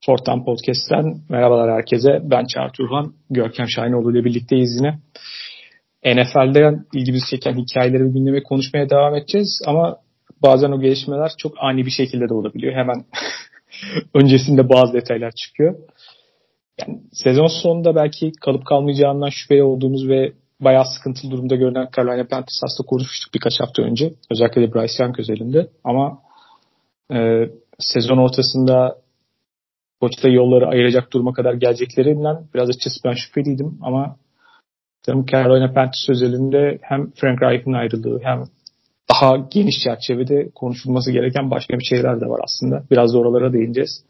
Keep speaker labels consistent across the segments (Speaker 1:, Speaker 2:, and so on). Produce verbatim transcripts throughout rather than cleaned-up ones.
Speaker 1: Fortan Podcast'ten merhabalar herkese. Ben Çağrı Turhan, Görkem Şahinoğlu ile birlikteyiz yine. N F L'den ilgimizi çeken hikayeleri gündeme konuşmaya devam edeceğiz. Ama bazen o gelişmeler çok ani bir şekilde de olabiliyor. Hemen öncesinde bazı detaylar çıkıyor. Yani sezon sonunda belki kalıp kalmayacağından şüpheli olduğumuz ve bayağı sıkıntılı durumda görünen Carolina Panthers aslında konuşmuştuk birkaç hafta önce. Özellikle de Bryce Young özelinde. Ama e, sezon ortasında koçla yolları ayıracak duruma kadar geleceklerinden biraz açıkçası ben şüpheliydim ama tabii Carolina Panthers özelinde hem Frank Reich'in ayrılığı hem daha geniş çerçevede konuşulması gereken başka bir şeyler de var aslında. Biraz da oralara değineceğiz.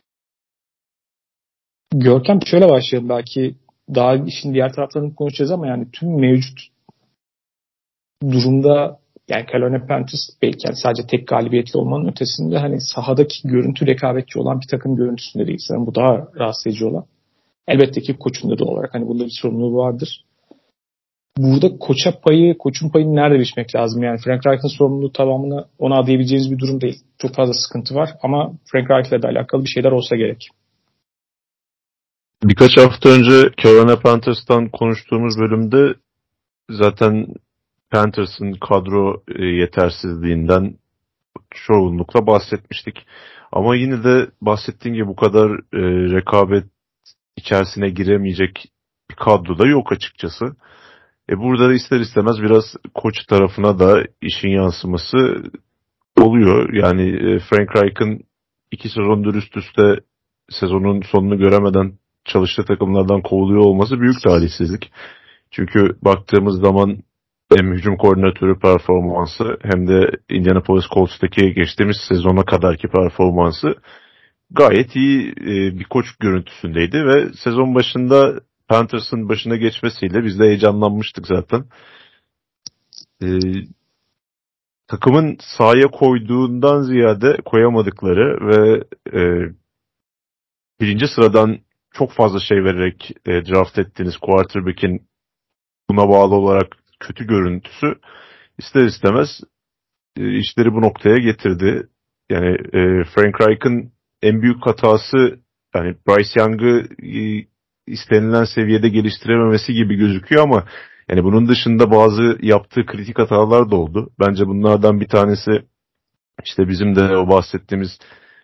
Speaker 1: Görkem şöyle başlayalım, belki daha işin diğer taraflarını konuşacağız ama yani tüm mevcut durumda yani Carolina Panthers belki yani sadece tek galibiyetli olmanın ötesinde hani sahadaki görüntü rekabetçi olan bir takım görüntüsünde değil. Sanırım bu daha rahatsız edici olan. Elbette ki koçun da olarak hani bunda bir sorumluluğu vardır. Burada koça payı, koçun payını nerede biçmek lazım? Yani Frank Reich'ın sorumluluğu tamamını ona adayabileceğiniz bir durum değil. Çok fazla sıkıntı var ama Frank Reich'le de alakalı bir şeyler olsa gerek.
Speaker 2: Birkaç hafta önce Carolina Panthers'tan konuştuğumuz bölümde zaten Panthers'ın kadro yetersizliğinden çoğunlukla bahsetmiştik. Ama yine de bahsettiğim gibi bu kadar e, rekabet içerisine giremeyecek bir kadro da yok açıkçası. E burada da ister istemez biraz koç tarafına da işin yansıması oluyor. Yani e, Frank Reich'ın iki sezondur üst üste sezonun sonunu göremeden çalıştığı takımlardan kovuluyor olması büyük talihsizlik. Çünkü baktığımız zaman hem hücum koordinatörü performansı hem de Indianapolis Colts'taki geçtiğimiz sezona kadarki performansı gayet iyi e, bir koç görüntüsündeydi ve sezon başında Panthers'ın başına geçmesiyle biz de heyecanlanmıştık zaten. E, takımın sahaya koyduğundan ziyade koyamadıkları ve e, birinci sıradan çok fazla şey vererek e, draft ettiğiniz quarterback'in buna bağlı olarak kötü görüntüsü ister istemez e, işleri bu noktaya getirdi. Yani e, Frank Reich'ın en büyük hatası yani Bryce Young'ı e, istenilen seviyede geliştirememesi gibi gözüküyor ama yani bunun dışında bazı yaptığı kritik hatalar da oldu. Bence bunlardan bir tanesi işte bizim de o bahsettiğimiz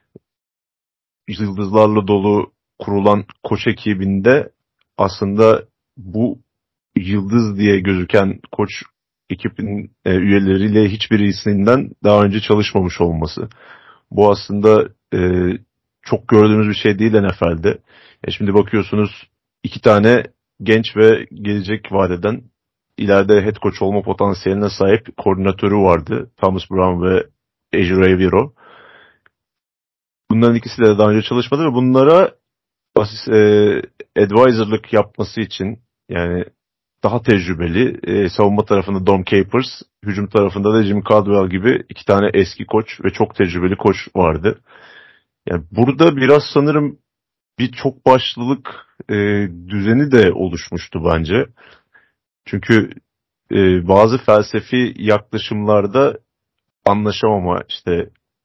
Speaker 2: yıldızlarla dolu kurulan koç ekibinde aslında bu yıldız diye gözüken koç ekibin e, üyeleriyle hiçbirisinden daha önce çalışmamış olması. Bu aslında e, çok gördüğümüz bir şey değil N F L'de. E şimdi bakıyorsunuz iki tane genç ve gelecek vadeden ileride head coach olma potansiyeline sahip koordinatörü vardı. Thomas Brown ve Ejiro Evero. Bunların ikisi de daha önce çalışmadı ve bunlara asist, e, advisor'lık yapması için yani daha tecrübeli e, savunma tarafında Dom Capers, hücum tarafında da Jim Caldwell gibi iki tane eski koç ve çok tecrübeli koç vardı. Yani burada biraz sanırım bir çok başlılık e, düzeni de oluşmuştu bence. Çünkü e, bazı felsefi yaklaşımlarda anlaşamama işte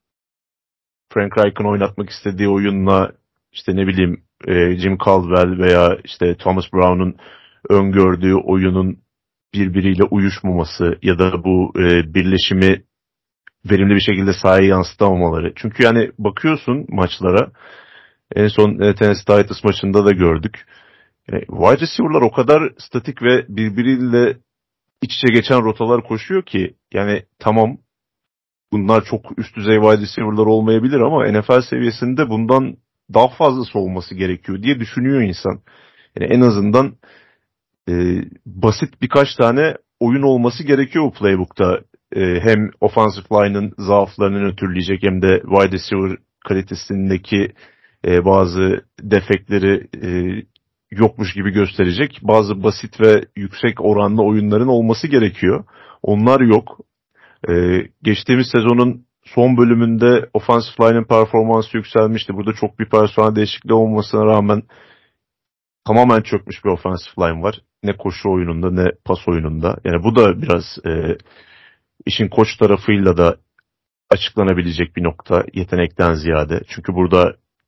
Speaker 2: Frank Reich'ın oynatmak istediği oyunla işte ne bileyim e, Jim Caldwell veya işte Thomas Brown'un öngördüğü oyunun birbiriyle uyuşmaması ya da bu e, birleşimi verimli bir şekilde sahaya yansıtamamaları. Çünkü yani bakıyorsun maçlara en son e, Tennessee Titans maçında da gördük. E, wide receiver'lar o kadar statik ve birbiriyle iç içe geçen rotalar koşuyor ki yani tamam bunlar çok üst düzey wide receiver'lar olmayabilir ama N F L seviyesinde bundan daha fazlası olması gerekiyor diye düşünüyor insan. Yani en azından e, basit birkaç tane oyun olması gerekiyor bu playbook'ta. E, hem offensive line'ın zaaflarını nötrleyecek hem de wide receiver kalitesindeki e, bazı defekleri e, yokmuş gibi gösterecek bazı basit ve yüksek oranlı oyunların olması gerekiyor. Onlar yok. Ee, geçtiğimiz sezonun son bölümünde offensive line'ın performansı yükselmişti. Burada çok bir personel değişikliği olmasına rağmen tamamen çökmüş bir offensive line var. Ne koşu oyununda ne pas oyununda. Yani bu da biraz e, işin koç tarafıyla da açıklanabilecek bir nokta yetenekten ziyade. Çünkü burada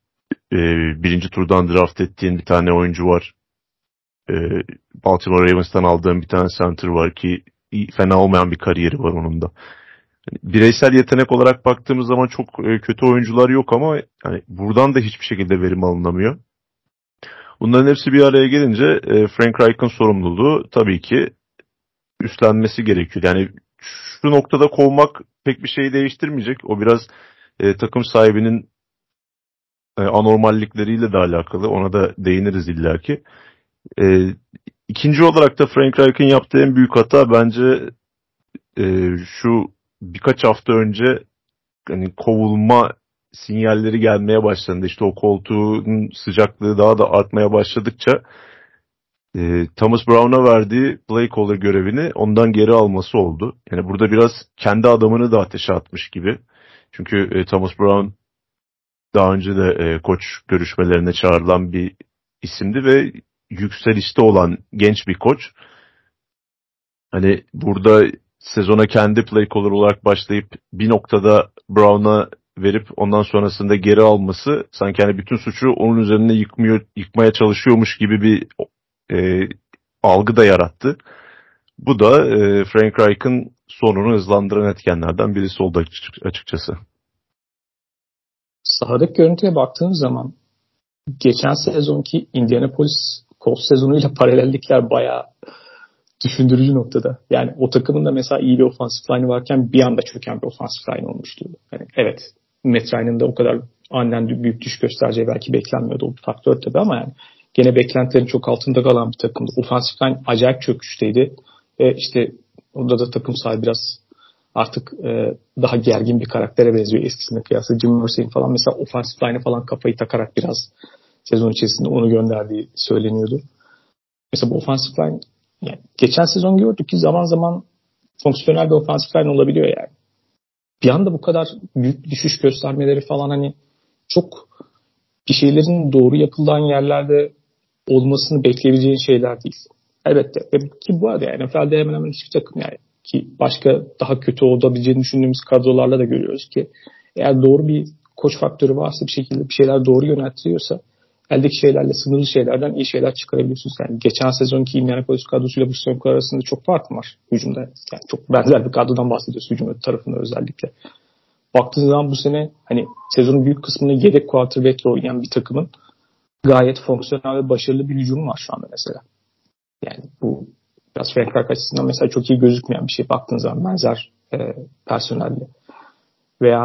Speaker 2: e, birinci turdan draft ettiğin bir tane oyuncu var. E, Baltimore Ravens'tan aldığım bir tane center var ki iyi, fena olmayan bir kariyeri var onun da. Yani bireysel yetenek olarak baktığımız zaman çok e, kötü oyuncular yok ama yani buradan da hiçbir şekilde verim alınamıyor. Bunların hepsi bir araya gelince e, Frank Reich'ın sorumluluğu tabii ki üstlenmesi gerekiyor. Yani şu noktada kovmak pek bir şeyi değiştirmeyecek. O biraz e, takım sahibinin e, anormallikleriyle de alakalı. Ona da değiniriz illaki. E, ikinci olarak da Frank Reich'ın yaptığı en büyük hata bence e, şu birkaç hafta önce hani kovulma sinyalleri gelmeye başlandı. İşte o koltuğun sıcaklığı daha da artmaya başladıkça e, Thomas Brown'a verdiği play caller görevini ondan geri alması oldu. Yani burada biraz kendi adamını da ateşe atmış gibi. Çünkü e, Thomas Brown daha önce de e, koç görüşmelerine çağrılan bir isimdi ve yükselişte olan genç bir koç. Hani burada sezona kendi play caller olarak başlayıp bir noktada Brown'a verip ondan sonrasında geri alması sanki hani bütün suçu onun üzerine yıkmıyor, yıkmaya çalışıyormuş gibi bir e, algı da yarattı. Bu da e, Frank Reich'ın sonunu hızlandıran etkenlerden birisi oldu açıkçası.
Speaker 1: Sahadaki görüntüye baktığınız zaman geçen sezonki Indianapolis Colts sezonuyla paralellikler bayağı düşündürücü noktada. Yani o takımın da mesela iyi bir offensive line varken bir anda çöken bir offensive line olmuştu. Yani evet, Matt Ryan'ın da o kadar aniden büyük düş göstereceği belki beklenmiyordu. O bir faktör tabii ama yani gene beklentilerin çok altında kalan bir takımdı. Offensive line acayip çöküşteydi. Ve işte orada da takım sahibi biraz artık e, daha gergin bir karaktere benziyor eskisine kıyasla. Jim Irsay'in falan mesela offensive line'e falan kafayı takarak biraz sezon içerisinde onu gönderdiği söyleniyordu. Mesela bu offensive line yani geçen sezon gördük ki zaman zaman fonksiyonel bir offensive line olabiliyor yani. Bir anda bu kadar büyük düşüş göstermeleri falan hani çok bir şeylerin doğru yapılan yerlerde olmasını bekleyebileceğin şeyler değil. Elbette. Ve ki bu arada yani N F L'de hemen hemen hiçbir takım yani ki başka daha kötü olabileceğini düşündüğümüz kadrolarla da görüyoruz ki eğer doğru bir koç faktörü varsa bir şekilde bir şeyler doğru yöneltiliyorsa eldeki şeylerle sınırlı şeylerden iyi şeyler çıkarabiliyorsunuz. Yani geçen sezonki Indianapolis kadrosuyla bu sezon arasında çok fark var hücumda. Yani çok benzer bir kadrodan bahsediyoruz hücum tarafında özellikle. Baktığınız zaman bu sene hani sezonun büyük kısmını yedek quarterback'le oynayan bir takımın gayet fonksiyonel ve başarılı bir hücumu var şu anda mesela. Yani bu biraz Frank Reich açısından mesela çok iyi gözükmeyen bir şey baktığınız zaman benzer e, personelle. Veya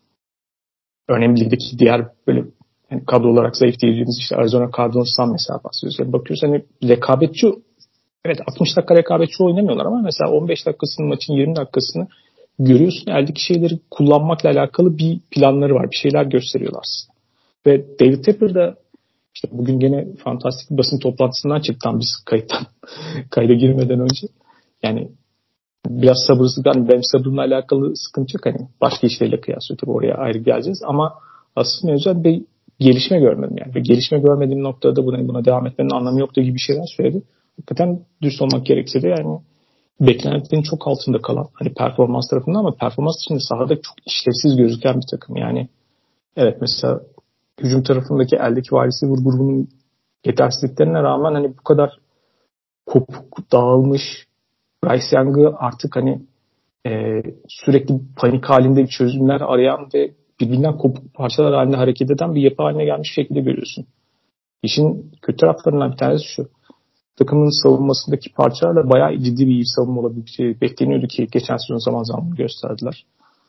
Speaker 1: örneğin ligdeki diğer böyle yani kadro olarak zayıf diyeceğimiz işte Arizona Cardinals'tan mesela bahsediyoruz. Yani bakıyoruz hani rekabetçi evet altmış dakika rekabetçi oynamıyorlar ama mesela on beş dakikasını maçın yirmi dakikasını görüyorsun. Eldeki şeyleri kullanmakla alakalı bir planları var. Bir şeyler gösteriyorlar size. Ve David Tepper da işte bugün gene fantastik bir basın toplantısından çıktan biz kayıttan kayda girmeden önce. Yani biraz sabırsızlıktan benim sabrımla alakalı sıkıntı yok. Hani başka işlerle kıyaslıyor tabii oraya ayrı geleceğiz ama aslında mevzu bir gelişme görmedim yani. Ve gelişme görmediğim noktada buna, buna devam etmenin anlamı yoktu gibi bir şeyler söyledi. Hakikaten dürüst olmak gerekse de yani beklentilerin çok altında kalan hani performans tarafında ama performans dışında sahada çok işlevsiz gözüken bir takım. Yani evet mesela hücum tarafındaki eldeki wide receiver grubunun yetersizliklerine rağmen hani bu kadar kopuk, dağılmış Bryce Young'ı artık hani e, sürekli panik halinde çözümler arayan ve birbirinden kopuk parçalar halinde hareket eden bir yapı haline gelmiş şekilde görüyorsun. İşin kötü taraflarından bir tanesi şu. Takımın savunmasındaki parçalarla bayağı ciddi bir iyi savunma olabileceği bekleniyordu ki geçen sezon zaman zaman gösterdiler.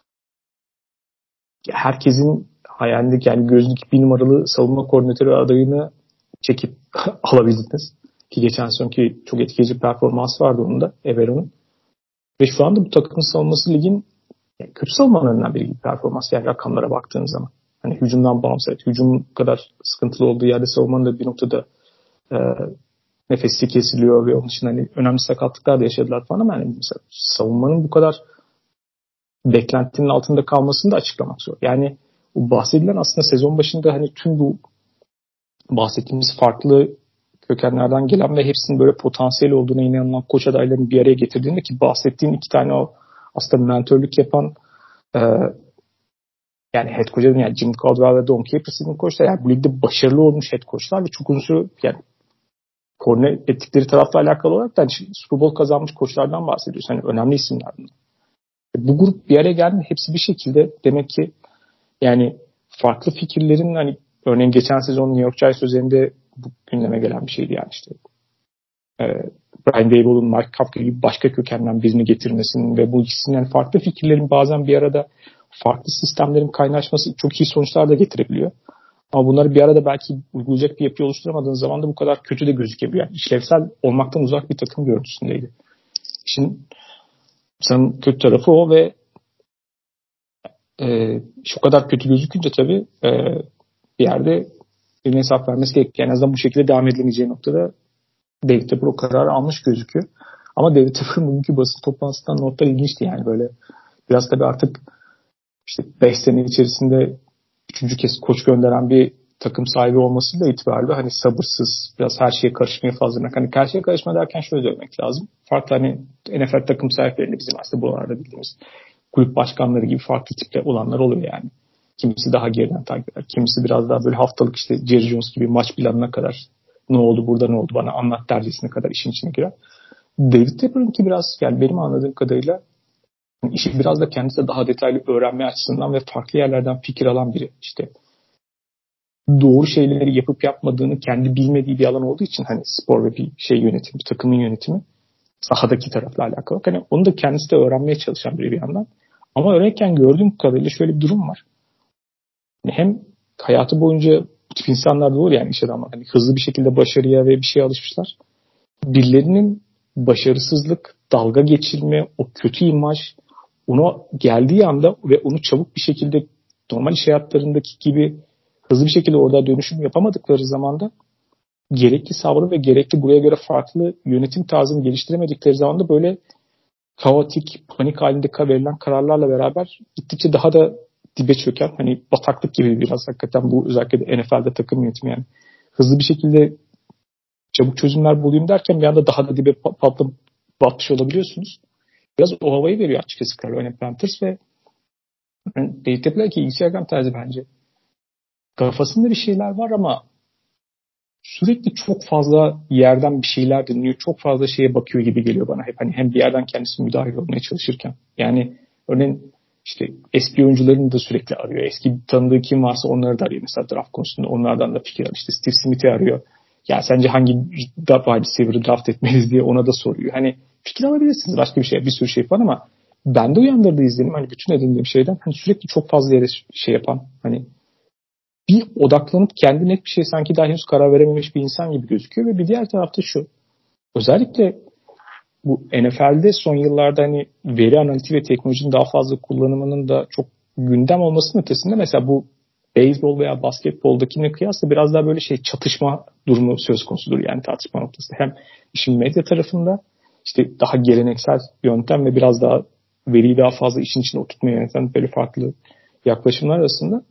Speaker 1: Herkesin hayalindeki yani gözündeki bir numaralı savunma koordinatörü adayını çekip alabildiniz. Ki geçen sezonki çok etkileyici performans vardı onun da Everon'un. Ve şu anda bu takımın savunması ligin yani kötü savunmalarından biri gibi performans yani rakamlara baktığınız zaman. Hani hücumdan bağımsız. Evet, hücum kadar sıkıntılı olduğu yerde savunmanın da bir noktada e, nefesi kesiliyor ve onun için hani önemli sakatlıklar da yaşadılar falan ama yani mesela savunmanın bu kadar beklentinin altında kalmasını da açıklamak zor. Yani bu bahsedilen aslında sezon başında hani tüm bu bahsettiğimiz farklı kökenlerden gelen ve hepsinin böyle potansiyel olduğuna inanılan koç adaylarını bir araya getirdiğinde ki bahsettiğin iki tane o aslında mentörlük yapan e, yani head coach'ların yani Jim Caldwell ve Don Capers gibi koçlar yani bu ligde başarılı olmuş head coach'lar ve çok uzun süre yani koordine ettikleri tarafla alakalı olarak da hani Super Bowl kazanmış koçlardan bahsediyoruz. Hani önemli isimler bunlar. Bu grup bir araya geldi. Hepsi bir şekilde demek ki yani farklı fikirlerin hani örneğin geçen sezon New York Giants üzerinde bu gündeme gelen bir şeydi yani işte. Ee, Brian Daboll'un Mike Kafka gibi başka kökenden birini getirmesinin ve bu ikisinin yani farklı fikirlerin bazen bir arada farklı sistemlerin kaynaşması çok iyi sonuçlar da getirebiliyor. Ama bunları bir arada belki uygulayacak bir yapı oluşturamadığınız zaman da bu kadar kötü de gözükebiliyor. Yani işlevsel olmaktan uzak bir takım görüntüsündeydi. İşin sanırım kötü tarafı o ve e, şu kadar kötü gözükünce tabii e, bir yerde birine hesap vermesi gerekiyor. En azından bu şekilde devam edilemeyeceği noktada David Tepper o kararı almış gözüküyor. Ama David Tepper'ın bugünkü basın toplantısından notlar ilginçti yani böyle. Biraz tabii artık işte beş sene içerisinde üçüncü kez koç gönderen bir takım sahibi olmasıyla itibariyle hani sabırsız, biraz her şeye karışmaya fazla. Hani her şeye karışma derken şöyle söylemek lazım. Farklı hani N F L takım sahiplerinde bizim aslında buralarda bildiğimiz kulüp başkanları gibi farklı tipte olanlar oluyor yani. Kimisi daha geriden takip eder. Kimisi biraz daha böyle haftalık işte Jerry Jones gibi maç planına kadar ne oldu burada ne oldu bana anlat dercesine kadar işin içine girer. David Tepper'ınki biraz yani benim anladığım kadarıyla işi biraz da kendisi de daha detaylı öğrenme açısından ve farklı yerlerden fikir alan biri. İşte doğru şeyleri yapıp yapmadığını kendi bilmediği bir alan olduğu için hani spor ve bir şey yönetimi, bir takımın yönetimi sahadaki tarafla alakalı. Hani onu da kendisi de öğrenmeye çalışan biri bir yandan. Ama öğrenirken gördüğüm kadarıyla şöyle bir durum var. Hem hayatı boyunca bu tip insanlar da olur yani iş adamları. Hani hızlı bir şekilde başarıya ve bir şeye alışmışlar. Birilerinin başarısızlık, dalga geçirme, o kötü imaj onu geldiği anda ve onu çabuk bir şekilde normal iş hayatlarındaki gibi hızlı bir şekilde orada dönüşüm yapamadıkları zaman da gerekli sabrı ve gerekli buraya göre farklı yönetim tarzını geliştiremedikleri zaman da böyle kaotik, panik halinde verilen kararlarla beraber gittikçe daha da dibe çöken hani bataklık gibi biraz hakikaten bu özellikle de N F L'de takım yönetimi yani hızlı bir şekilde çabuk çözümler bulayım derken bir anda daha da dibe patlayıp batmış olabiliyorsunuz. Biraz o havayı veriyor açıkçası Carolina Panthers ve yani David Tepper'la ki Instagram tarzı bence. Kafasında bir şeyler var ama sürekli çok fazla yerden bir şeyler dinliyor. Çok fazla şeye bakıyor gibi geliyor bana. Hep hani hem bir yerden kendisi müdahil olmaya çalışırken. Yani örneğin işte eski oyuncularını da sürekli arıyor. Eski tanıdığı kim varsa onları da arıyor. Mesela draft konusunda onlardan da fikir alıyor. İşte Steve Smith'i arıyor. Ya sence hangi wide receiver'ı draft etmeliyiz diye ona da soruyor. Hani fikir alabilirsiniz. Başka bir şey, bir sürü şey falan ama ben de uyandırdığı izlenim hani bütün edindiğim şeyden hani sürekli çok fazla yere şey yapan hani bir odaklanıp kendi net bir şey sanki daha henüz karar verememiş bir insan gibi gözüküyor ve bir diğer tarafta şu. Özellikle bu N F L'de son yıllarda hani veri analitiği ve teknolojinin daha fazla kullanımının da çok gündem olmasının ötesinde mesela bu beyzbol veya basketboldakine kıyasla biraz daha böyle şey çatışma durumu söz konusudur yani tartışma noktasında. Hem işin medya tarafında işte daha geleneksel yöntem ve biraz daha veriyi daha fazla işin içine oturtmaya yöneten böyle farklı yaklaşımlar arasında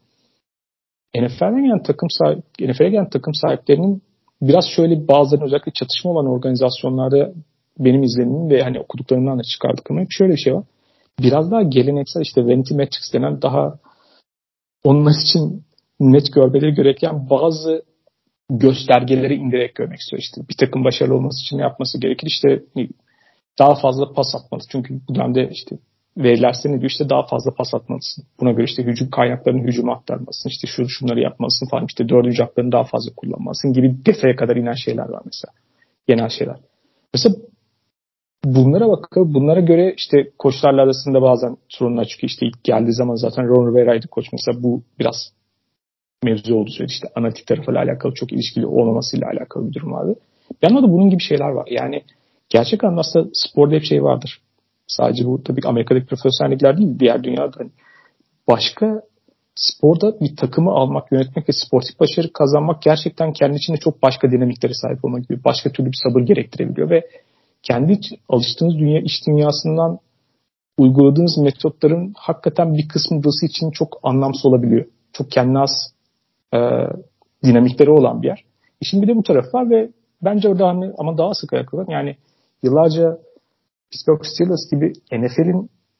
Speaker 1: N F L'den gelen takım sahip, N F L'e gelen takım sahiplerinin biraz şöyle bazılarının özellikle çatışma olan organizasyonlarda benim izlenimim ve hani okuduklarımdan da çıkardıklarım hep şöyle bir şey var. Biraz daha geleneksel işte vanity metrics denen daha onlar için net görmeleri gereken bazı göstergeleri indirerek görmek istiyor. İşte bir takım başarılı olması için ne yapması gerekir? İşte daha fazla pas atmalı. Çünkü bu dönemde işte veriler ne diyor işte daha fazla pas atmalısın. Buna göre işte hücum kaynaklarını hücuma aktarmalısın. İşte şu şunları yapmalısın falan. İşte dördüncü haklarını daha fazla kullanmalısın gibi defaya kadar inen şeyler var mesela. Genel şeyler. Mesela bunlara bakıp bunlara göre işte koçlarla arasında bazen sorunlar çıkıyor. İşte ilk geldiği zaman zaten Ron Rivera'ydı koç. Mesela bu biraz mevzu oldu söyledi. İşte analitik tarafıyla alakalı çok ilişkili olmamasıyla alakalı bir durum vardı. Bir yandan da bunun gibi şeyler var. Yani gerçek anlamda aslında sporda hep şey vardır. Sadece bu tabii Amerika'daki profesyonellikler değil, diğer dünyada başka sporda bir takımı almak, yönetmek ve sportif başarı kazanmak gerçekten kendi içinde çok başka dinamiklere sahip olmak gibi başka türlü bir sabır gerektirebiliyor ve kendi alıştığınız dünya, iş dünyasından uyguladığınız metotların hakikaten bir kısmı burası için çok anlamsız olabiliyor. Çok kendine has e, dinamikleri olan bir yer. İşin bir de bu tarafı var ve bence orada hani, ama daha sık ayaklı yani yıllarca Pittsburgh Steelers gibi N F L'in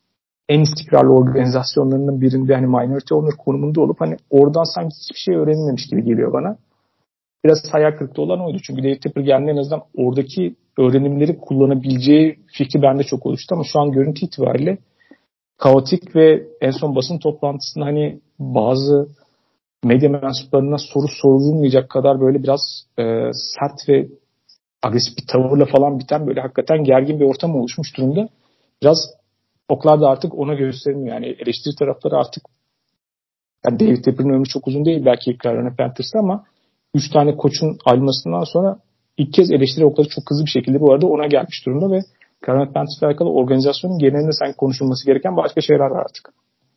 Speaker 1: en istikrarlı organizasyonlarının birinde hani minority owner konumunda olup hani oradan sanki hiçbir şey öğrenilmemiş gibi geliyor bana. Biraz hayal kırıklığı olan oydu. Çünkü Dave Tapper geldiğinde en azından oradaki öğrenimleri kullanabileceği fikri bende çok oluştu ama şu an görüntü itibariyle kaotik ve en son basın toplantısında hani bazı medya mensuplarına soru sorulmayacak kadar böyle biraz e, sert ve agresif bir tavırla falan biten böyle hakikaten gergin bir ortam oluşmuş durumda. Biraz oklar da artık ona göstermiyor. Yani eleştiri tarafları artık yani David Tepper'ın ömrü çok uzun değil belki ilk Carolina Panthers'ta ama üç tane koçun ayrılmasından sonra ilk kez eleştiri okları çok hızlı bir şekilde bu arada ona gelmiş durumda ve Carolina Panthers'la alakalı organizasyonun genelinde sanki konuşulması gereken başka şeyler var artık.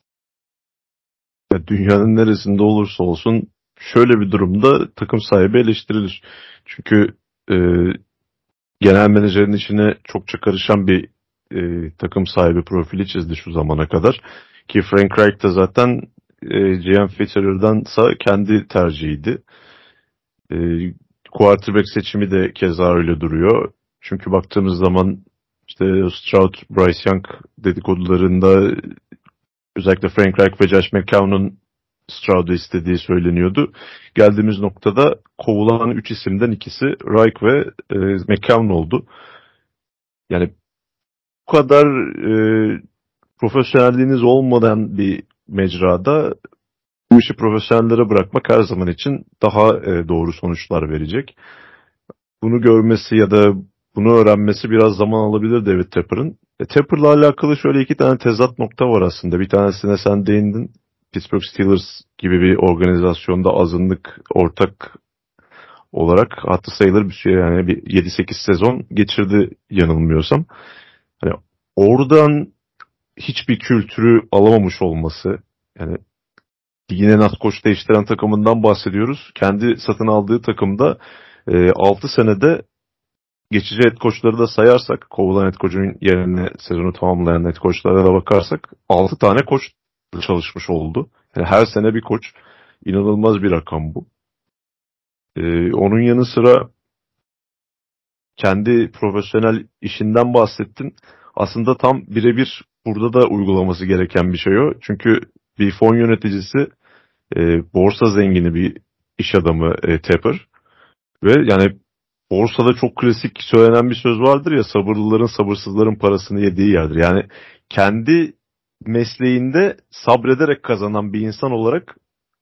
Speaker 2: Ya dünyanın neresinde olursa olsun şöyle bir durumda takım sahibi eleştirilir. Çünkü e, genel menajerin içine çokça karışan bir e, takım sahibi profili çizdi şu zamana kadar. Ki Frank Reich de zaten e, G M Fitterer'dansa kendi tercihiydi. E, quarterback seçimi de keza öyle duruyor. Çünkü baktığımız zaman işte Stroud, Bryce Young dedikodularında özellikle Frank Reich ve Josh McCown'un Stroud'u istediği söyleniyordu. Geldiğimiz noktada kovulan üç isimden ikisi Reich ve e, McCown oldu. Yani bu kadar e, profesyonelliğiniz olmadan bir mecrada bu işi profesyonellere bırakmak her zaman için daha e, doğru sonuçlar verecek. Bunu görmesi ya da bunu öğrenmesi biraz zaman alabilir David Tepper'ın. E, Tepper'la alakalı şöyle iki tane tezat nokta var aslında. Bir tanesine sen değindin. Pittsburgh Steelers gibi bir organizasyonda azınlık ortak olarak hatta sayılır bir şey yani bir yedi sekiz sezon geçirdi yanılmıyorsam. Hani oradan hiçbir kültürü alamamış olması yani ligin en az koç değiştiren takımından bahsediyoruz. Kendi satın aldığı takımda e, altı senede geçici head koçları da sayarsak, kovulan head koçun yerine sezonu tamamlayan head koçlara da bakarsak altı tane koç çalışmış oldu. Yani her sene bir koç. İnanılmaz bir rakam bu. Ee, onun yanı sıra kendi profesyonel işinden bahsettin. Aslında tam birebir burada da uygulaması gereken bir şey o. Çünkü bir fon yöneticisi e, borsa zengini bir iş adamı e, Tepper. Ve yani borsada çok klasik söylenen bir söz vardır ya sabırlıların sabırsızların parasını yediği yerdir. Yani kendi mesleğinde sabrederek kazanan bir insan olarak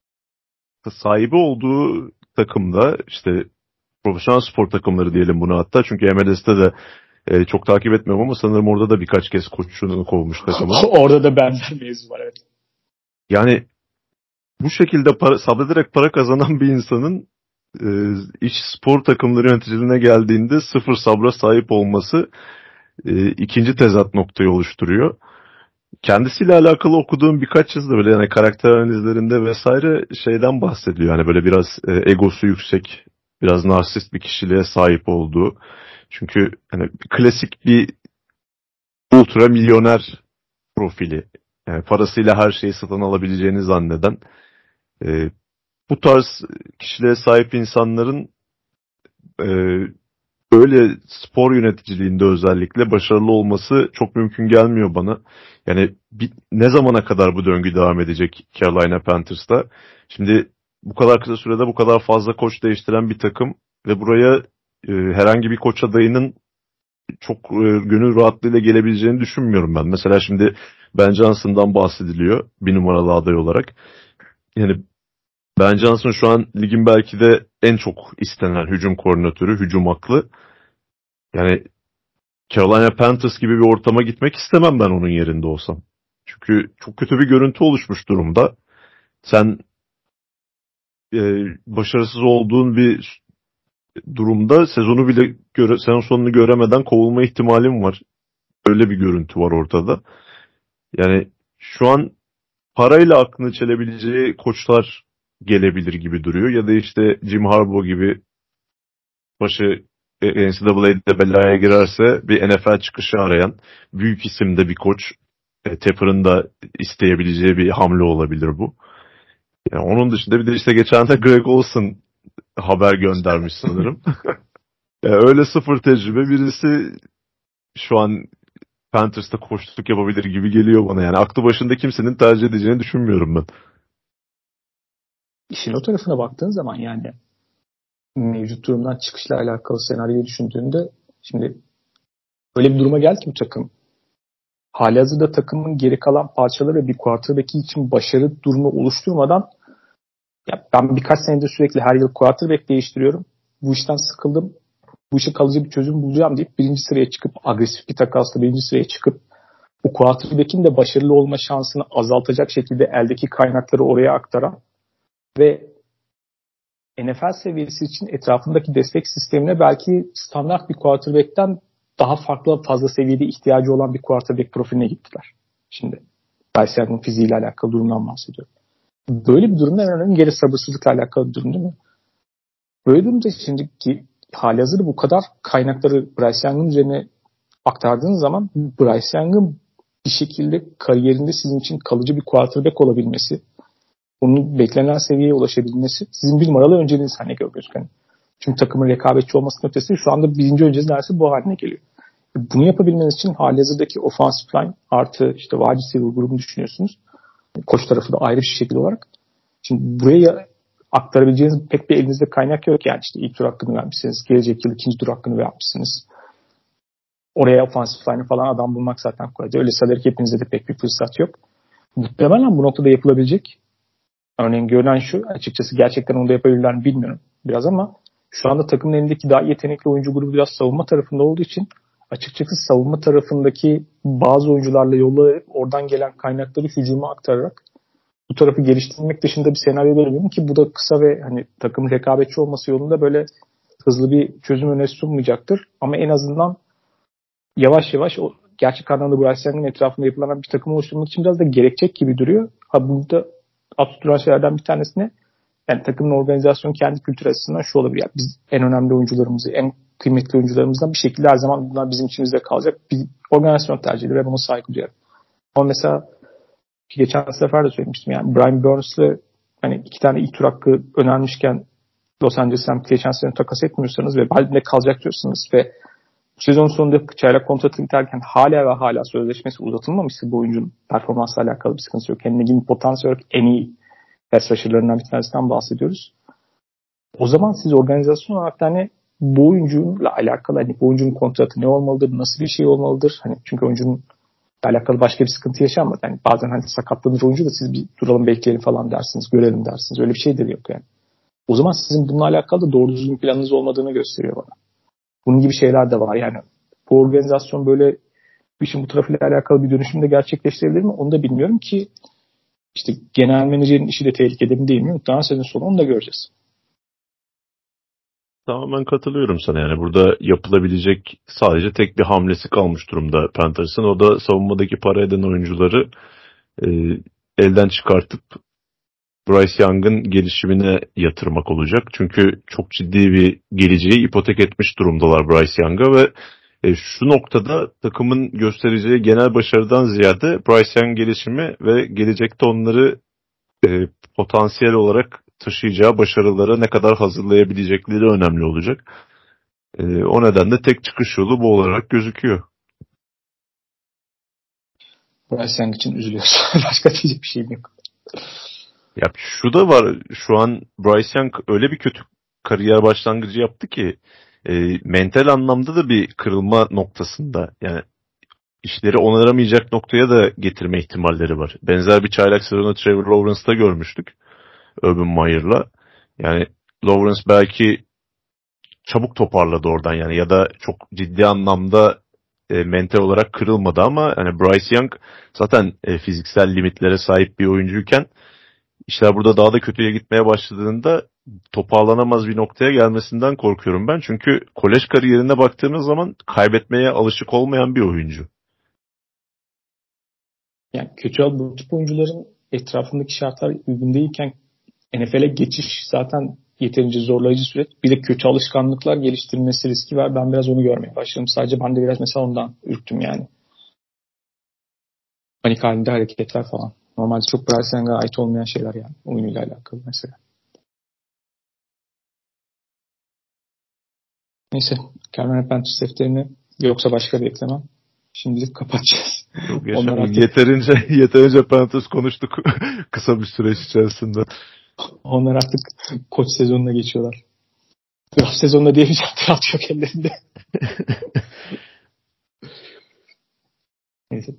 Speaker 2: sahibi olduğu takımda işte profesyonel spor takımları diyelim bunu hatta çünkü M L S'te de e, çok takip etmiyorum ama sanırım orada da birkaç kez koçunu kovmuş takımı.
Speaker 1: Orada da benzer mevzu var evet.
Speaker 2: Yani bu şekilde para, sabrederek para kazanan bir insanın e, iş spor takımları yöneticiliğine geldiğinde sıfır sabra sahip olması e, ikinci tezat noktayı oluşturuyor. Kendisiyle alakalı okuduğum birkaç yazıda böyle yani karakter analizlerinde vesaire şeyden bahsediyor. Yani böyle biraz e, egosu yüksek, biraz narsist bir kişiliğe sahip olduğu. Çünkü hani klasik bir ultra milyoner profili. Yani parasıyla her şeyi satın alabileceğini zanneden. E, bu tarz kişiliğe sahip insanların e, öyle spor yöneticiliğinde özellikle başarılı olması çok mümkün gelmiyor bana. Yani bir, ne zamana kadar bu döngü devam edecek Carolina Panthers'ta? Şimdi bu kadar kısa sürede bu kadar fazla koç değiştiren bir takım ve buraya e, herhangi bir koç adayının çok e, gönül rahatlığıyla gelebileceğini düşünmüyorum ben. Mesela şimdi Ben Johnson'dan bahsediliyor bir numaralı aday olarak. Yani Ben Johnson şu an ligin belki de en çok istenen hücum koordinatörü, hücum aklı. Yani Carolina Panthers gibi bir ortama gitmek istemem ben onun yerinde olsam. Çünkü çok kötü bir görüntü oluşmuş durumda. Sen e, başarısız olduğun bir durumda sezonu bile göre, sezon sonunu göremeden kovulma ihtimalin var. Öyle bir görüntü var ortada. Yani şu an parayla aklını çelebileceği koçlar gelebilir gibi duruyor. Ya da işte Jim Harbaugh gibi başı N C A A'de belaya girerse bir N F L çıkışı arayan büyük isimde bir koç e, Tepper'ın da isteyebileceği bir hamle olabilir bu. Yani onun dışında bir de işte geçen de Greg Olson haber göndermiş sanırım. Yani öyle sıfır tecrübe birisi şu an Panthers'ta koçluk yapabilir gibi geliyor bana. Yani aklı başında kimsenin tercih edeceğini düşünmüyorum ben.
Speaker 1: İşin o tarafına baktığın zaman yani mevcut durumdan çıkışla alakalı senaryoyu düşündüğünde şimdi öyle bir duruma geldi ki bu takım. Halihazırda takımın geri kalan parçaları bir quarterback için başarı durumu oluşturmadan ya ben birkaç senedir sürekli her yıl quarterback değiştiriyorum. Bu işten sıkıldım. Bu işe kalıcı bir çözüm bulacağım deyip birinci sıraya çıkıp agresif bir takasla birinci sıraya çıkıp bu quarterback'in de başarılı olma şansını azaltacak şekilde eldeki kaynakları oraya aktaran ve N F L seviyesi için etrafındaki destek sistemine belki standart bir quarterback'ten daha farklı fazla seviyede ihtiyacı olan bir quarterback profiline gittiler. Şimdi Bryce Young'ın fiziğiyle alakalı durumdan bahsediyorum. Böyle bir durumda en önemli geri sabırsızlıkla alakalı bir durum değil mi? Böyle durumda şimdi ki halihazırda bu kadar kaynakları Bryce Young'ın üzerine aktardığınız zaman Bryce Young'ın bir şekilde kariyerinde sizin için kalıcı bir quarterback olabilmesi, onun beklenen seviyeye ulaşabilmesi sizin bir numaralı önceliğiniz haline geliyor. Yani çünkü takımın rekabetçi olmasının ötesi şu anda birinci önceliğiniz neredeyse bu haline geliyor. Bunu yapabilmeniz için halihazırdaki offensive line artı işte wide receiver grubunu düşünüyorsunuz. Koç tarafı da ayrı bir şekilde olarak. Şimdi buraya aktarabileceğiniz pek bir elinizde kaynak yok yani işte ilk tur hakkını vermişsiniz. Gelecek yıl ikinci tur hakkını vermişsiniz. Oraya offensive line falan adam bulmak zaten kolay. Öyle salary cap'inizde de pek bir fırsat yok. Muhtemelen bu noktada yapılabilecek. Örneğin görünen şu, açıkçası gerçekten onu da yapabilirler mi bilmiyorum biraz ama şu anda takımın elindeki daha yetenekli oyuncu grubu biraz savunma tarafında olduğu için açıkçası savunma tarafındaki bazı oyuncularla yollayıp oradan gelen kaynakları hücuma aktararak bu tarafı geliştirmek dışında bir senaryo görmüyorum ki bu da kısa ve hani takımın rekabetçi olması yolunda böyle hızlı bir çözüm önerisi sunmayacaktır. Ama en azından yavaş yavaş o gerçek anlamda Bryce Young'ın etrafında yapılan bir takım oluşturmak için biraz da gerekecek gibi duruyor. Ha burada absürt şeylerden bir tanesine yani takımın organizasyonu kendi kültür açısından şu olabilir. Yani biz en önemli oyuncularımızı, en kıymetli oyuncularımızdan bir şekilde her zaman bunlar bizim içimizde kalacak. Bir organizasyon tercihidir ve buna saygı duyarım. Ama mesela geçen sefer de söylemiştim yani Brian Burns'le hani iki tane ilk tur hakkı önermişken Los Angeles'ten geçen sene takas etmiyorsanız ve halinde kalacak diyorsanız ve sezon sonunda çaylak kontratı biterken hala ve hala sözleşmesi uzatılmamışsa bu oyuncunun performansla alakalı bir sıkıntı yok. Kendine gibi potansiyel olarak en iyi pass rusher'larından bir tanesinden bahsediyoruz. O zaman siz organizasyon olarak da hani bu oyuncuyla alakalı hani bu oyuncunun kontratı ne olmalıdır, nasıl bir şey olmalıdır? Hani çünkü oyuncunun alakalı başka bir sıkıntı yaşanmadı. Yani bazen hani sakatlanır oyuncu da siz bir duralım bekleyelim falan dersiniz, görelim dersiniz. Öyle bir şey de yok yani. O zaman sizin bununla alakalı da doğru düzgün planınız olmadığını gösteriyor bana. Bunun gibi şeyler de var. Yani bu organizasyon böyle işin bu tarafıyla alakalı bir dönüşüm de gerçekleştirebilir mi? Onu da bilmiyorum ki işte genel menajerin işi de tehlikede mi değil mi? Muhtemelen sezon sonu onu da göreceğiz.
Speaker 2: Tamamen katılıyorum sana yani. Burada yapılabilecek sadece tek bir hamlesi kalmış durumda Panthers'ın. O da savunmadaki para eden oyuncuları e, elden çıkartıp Bryce Young'ın gelişimine yatırmak olacak. Çünkü çok ciddi bir geleceği ipotek etmiş durumdalar Bryce Young'a ve e, şu noktada takımın göstereceği genel başarıdan ziyade Bryce Young gelişimi ve gelecekte onları e, potansiyel olarak taşıyacağı başarılara ne kadar hazırlayabilecekleri önemli olacak. E, o nedenle tek çıkış yolu bu olarak gözüküyor.
Speaker 1: Bryce Young için üzülüyoruz. Başka diyecek bir şeyim yok.
Speaker 2: Ya şu da var. Şu an Bryce Young öyle bir kötü kariyer başlangıcı yaptı ki e, mental anlamda da bir kırılma noktasında. Yani işleri onaramayacak noktaya da getirme ihtimalleri var. Benzer bir çaylak sezonu Trevor Lawrence'da görmüştük. Urban Meyer'la. Yani Lawrence belki çabuk toparladı oradan yani ya da çok ciddi anlamda e, mental olarak kırılmadı ama hani Bryce Young zaten e, fiziksel limitlere sahip bir oyuncuyken işler burada daha da kötüye gitmeye başladığında toparlanamaz bir noktaya gelmesinden korkuyorum ben. Çünkü kolej kariyerine baktığımız zaman kaybetmeye alışık olmayan bir oyuncu.
Speaker 1: Yani kötü bu tip oyuncuların etrafındaki şartlar uygun değilken N F L'e geçiş zaten yeterince zorlayıcı süreç. Bir de kötü alışkanlıklar geliştirilmesi riski var. Ben biraz onu görmeye başladım. Sadece ben de biraz mesela ondan ürktüm yani. Panik halinde hareketler falan. Normalde çok Bryce Young'a ait olmayan şeyler yani. Oyunuyla alakalı mesela. Neyse. Carolina Panthers defterini yoksa başka bir eklemem. Şimdilik kapatacağız.
Speaker 2: Çok yaşa. Artık... Yeterince yeterince parantez konuştuk kısa bir süreç içerisinde.
Speaker 1: Onlar artık koç sezonuna geçiyorlar. Draft sezonunda diyemeyeceğim. Draft yok ellerinde. Neyse.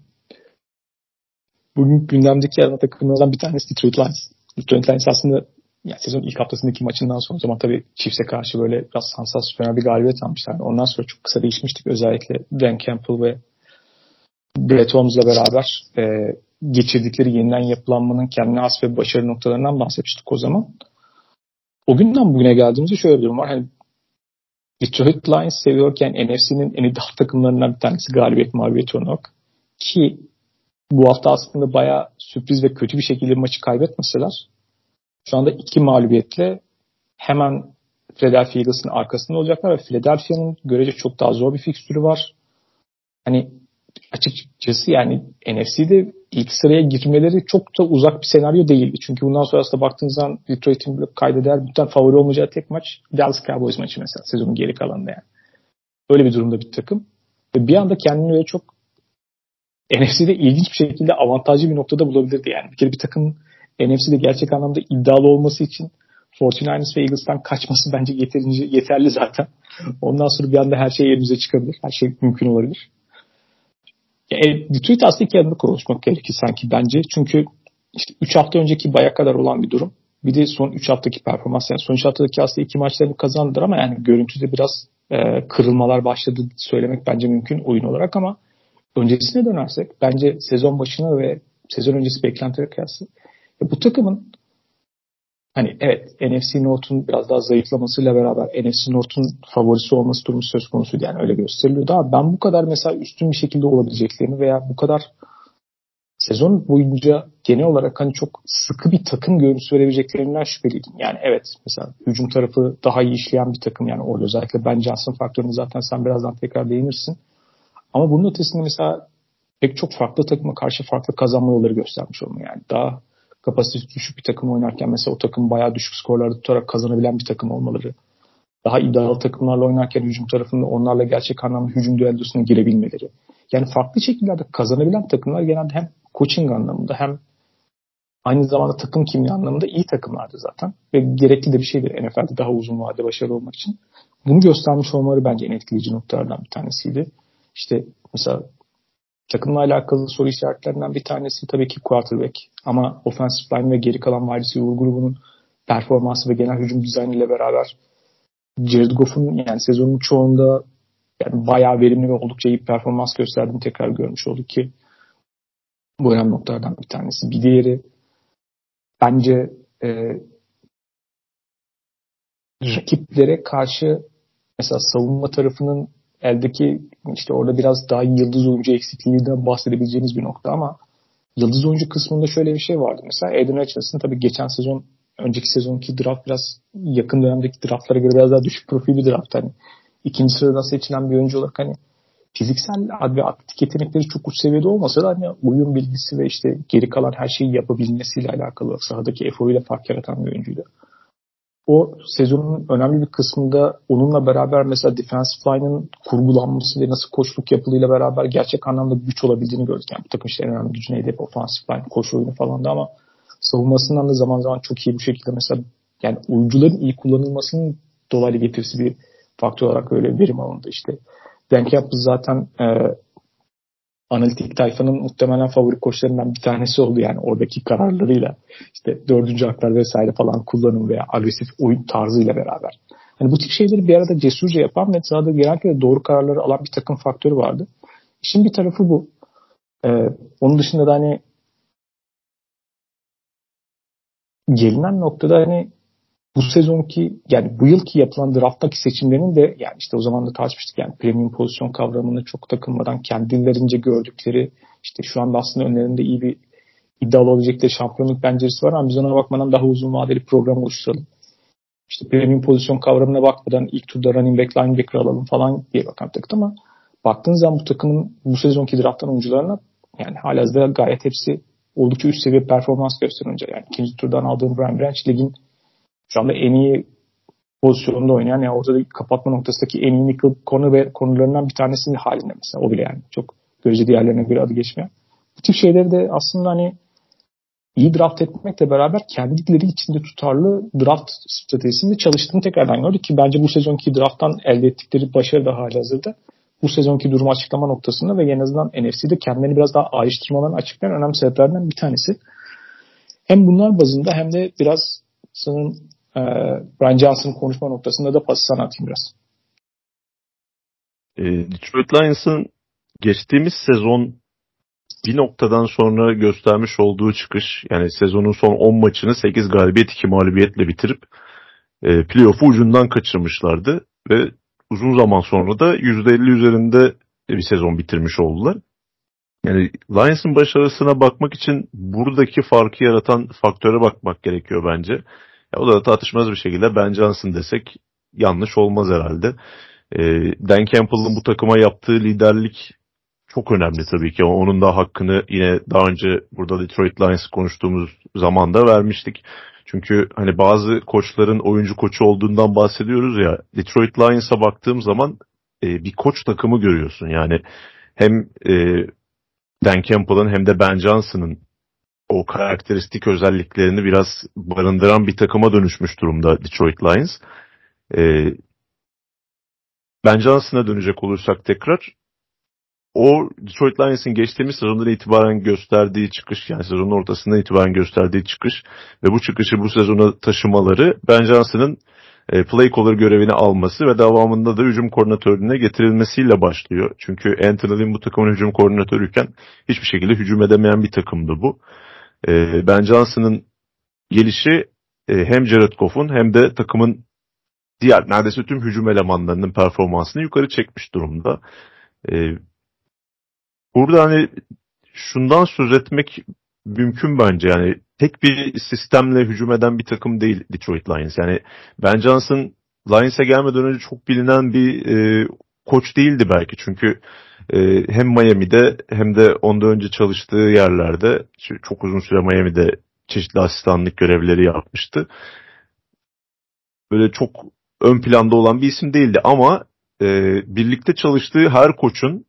Speaker 1: Bugün gündemdeki ana takımlardan bir tanesi Detroit Lions. Detroit Lions aslında yani sezon ilk haftasındaki maçından sonra o zaman tabii Chiefs'e karşı böyle biraz sansasyonel bir galibiyet almışlar. Yani ondan sonra çok kısa değişmiştik. Özellikle Dan Campbell ve Brett Holmes'la beraber e, geçirdikleri yeniden yapılanmanın kendine has ve başarı noktalarından bahsetmiştik o zaman. O günden bugüne geldiğimizde şöyle bir durum var. Hani Detroit Lions seviyorken N F C'nin en iddialı takımlarından bir tanesi galibiyet mağlubiyet oynamak. Ki bu hafta aslında bayağı sürpriz ve kötü bir şekilde maçı kaybetmeseler şu anda iki mağlubiyetle hemen Philadelphia Eagles'ın arkasında olacaklar ve Philadelphia'nın görece çok daha zor bir fikstürü var. Hani açıkçası yani N F C'de ilk sıraya girmeleri çok da uzak bir senaryo değil. Çünkü bundan sonrasında baktığınız zaman Detroit'in kaydeder bütün favori olmayacağı tek maç Dallas Cowboys maçı mesela sezonun geri kalanında yani. Öyle bir durumda bir takım. Ve bir anda kendini öyle çok N F C'de ilginç bir şekilde avantajlı bir noktada bulabilirdi yani. Bir kere bir takımın N F C'de gerçek anlamda iddialı olması için kırk dokuzers ve Eagles'tan kaçması bence yeterince yeterli zaten. Ondan sonra bir anda her şey elimize çıkabilir. Her şey mümkün olabilir. Yani Detroit aslında iki adımda konuşmak gerekir sanki bence. Çünkü işte üç hafta önceki baya kadar olan bir durum. Bir de son üç haftaki performans. Yani son üç haftadaki aslında iki maçlarını kazandılar ama yani görüntüde biraz e, kırılmalar başladı söylemek bence mümkün oyun olarak ama öncesine dönersek bence sezon başına ve sezon öncesi beklentilere kıyasla bu takımın hani evet N F C North'un biraz daha zayıflamasıyla beraber N F C North'un favorisi olması durumu söz konusuydu. Yani öyle gösteriliyordu ama ben bu kadar mesela üstün bir şekilde olabileceklerini veya bu kadar sezon boyunca genel olarak hani çok sıkı bir takım görüntüsü verebileceklerinden şüpheliydim. Yani evet mesela hücum tarafı daha iyi işleyen bir takım yani orada özellikle Ben Johnson faktörünü zaten sen birazdan tekrar değinirsin. Ama bunun ötesinde mesela pek çok farklı takıma karşı farklı kazanma yolları göstermiş olma yani. Daha kapasitesi düşük bir takım oynarken mesela o takım bayağı düşük skorlarda tutarak kazanabilen bir takım olmaları. Daha iddialı takımlarla oynarken hücum tarafında onlarla gerçek anlamda hücum düellosuna girebilmeleri. Yani farklı şekillerde kazanabilen takımlar genelde hem coaching anlamında hem aynı zamanda takım kimya anlamında iyi takımlardı zaten. Ve gerekli de bir şeydir N F L'de daha uzun vadede başarılı olmak için. Bunu göstermiş olmaları bence en etkileyici noktalardan bir tanesiydi. İşte mesela takımla alakalı soru işaretlerinden bir tanesi tabii ki quarterback. Ama offensive line ve geri kalan wide receiver grubunun performansı ve genel hücum dizaynı ile beraber Jared Goff'un yani sezonun çoğunda yani bayağı verimli ve oldukça iyi performans gösterdiğini tekrar görmüş olduk ki bu önemli noktalardan bir tanesi. Bir diğeri bence e, rakiplere karşı mesela savunma tarafının eldeki işte orada biraz daha yıldız oyuncu eksikliğinden bahsedebileceğimiz bir nokta ama yıldız oyuncu kısmında şöyle bir şey vardı. Mesela Aiden Hutchinson tabii geçen sezon önceki sezonki draft biraz yakın dönemdeki draftlara göre biraz daha düşük profil bir draft. Hani ikinci sıradan seçilen bir oyuncu olarak hani fiziksel ve atletik yetenekleri çok uç seviyede olmasa da hani oyun bilgisi ve işte geri kalan her şeyi yapabilmesiyle alakalı sahadaki eforuyla fark yaratan bir oyuncuydu. O sezonun önemli bir kısmında onunla beraber mesela defensive line'ın kurgulanması ve nasıl koçluk yapılığıyla beraber gerçek anlamda güç olabildiğini gördük. Yani bu takım işte en önemli gücü neydi? Offensive line, koşu oyunu falan da ama savunmasından da zaman zaman çok iyi bu şekilde mesela yani oyuncuların iyi kullanılmasının dolaylı getirisi bir faktör olarak öyle verim alındı işte. Dan Campbell zaten e, analitik tayfanın muhtemelen favori koçlarından bir tanesi oldu yani oradaki kararlarıyla işte dördüncü haklar vesaire falan kullanım veya agresif oyun tarzıyla beraber. Hani bu tip şeyleri bir arada cesurca yapan ve sahada genellikle doğru kararları alan bir takım faktörü vardı. İşin bir tarafı bu. Ee, onun dışında da hani gelinen noktada hani bu sezonki yani bu yılki yapılan drafttaki seçimlerinin de yani işte o zaman da tartışmıştık yani premium pozisyon kavramını çok takılmadan kendilerince gördükleri işte şu anda aslında önlerinde iyi bir iddialı olabilecekleri şampiyonluk penceresi var ama biz ona bakmadan daha uzun vadeli program oluşturalım. İşte premium pozisyon kavramına bakmadan ilk turda running back, linebacker alalım falan diye bakan takım ama baktığın zaman bu takımın bu sezonki drafttan oyuncularına yani halihazırda gayet hepsi oldukça üst seviye performans gösterince yani ikinci turdan aldığım Brian Branch ligin şu anda en iyi pozisyonda oynayan yani ortada kapatma noktasındaki en iyi nickel corner ve konularından bir tanesinin halinde mesela o bile yani çok Böylece diğerlerine bir adı geçmiyor. Bu tip şeyleri de aslında hani iyi draft etmekle beraber kendileri içinde tutarlı draft stratejisinde çalıştığını tekrardan gördük ki bence bu sezonki drafttan elde ettikleri başarı da halihazırda bu sezonki durumu açıklama noktasında ve en azından N F C'de kendilerini biraz daha ayrıştırmalarını açıklayan önemli sebeplerden bir tanesi. Hem bunlar bazında hem de biraz sanırım e, Brian Johnson'ın konuşma noktasında da pası sana atayım biraz.
Speaker 2: E, Detroit Lions'ın geçtiğimiz sezon bir noktadan sonra göstermiş olduğu çıkış, yani sezonun son on maçını sekiz galibiyet iki mağlubiyetle bitirip e, playoff'u ucundan kaçırmışlardı ve uzun zaman sonra da yüzde elli üzerinde bir sezon bitirmiş oldular. Yani Lions'ın başarısına bakmak için buradaki farkı yaratan faktöre bakmak gerekiyor bence. Ya, o da tartışmaz bir şekilde Ben Johnson desek yanlış olmaz herhalde. E, Dan Campbell'ın bu takıma yaptığı liderlik çok önemli tabii ki. Onun da hakkını yine daha önce burada Detroit Lions konuştuğumuz zaman da vermiştik. Çünkü hani bazı koçların oyuncu koçu olduğundan bahsediyoruz ya. Detroit Lions'a baktığım zaman e, bir koç takımı görüyorsun. Yani hem e, Dan Campbell'ın hem de Ben Johnson'ın o karakteristik özelliklerini biraz barındıran bir takıma dönüşmüş durumda Detroit Lions. E, Ben Johnson'a dönecek olursak tekrar, o Detroit Lions'ın geçtiğimiz sezondan itibaren gösterdiği çıkış, yani sezonun ortasından itibaren gösterdiği çıkış ve bu çıkışı bu sezona taşımaları Ben Johnson'ın e, play caller görevini alması ve devamında da hücum koordinatörlüğüne getirilmesiyle başlıyor. Çünkü Anthony Lynn bu takımın hücum koordinatörüyken hiçbir şekilde hücum edemeyen bir takımdı bu. E, Ben Johnson'ın gelişi e, hem Jared Goff'un hem de takımın diğer neredeyse tüm hücum elemanlarının performansını yukarı çekmiş durumda. E, Burada hani şundan söz etmek mümkün bence, yani tek bir sistemle hücum eden bir takım değil Detroit Lions. Yani Ben Johnson Lions'e gelmeden önce çok bilinen bir e, koç değildi belki. Çünkü e, hem Miami'de hem de ondan önce çalıştığı yerlerde çok uzun süre Miami'de çeşitli asistanlık görevleri yapmıştı. Böyle çok ön planda olan bir isim değildi ama e, birlikte çalıştığı her koçun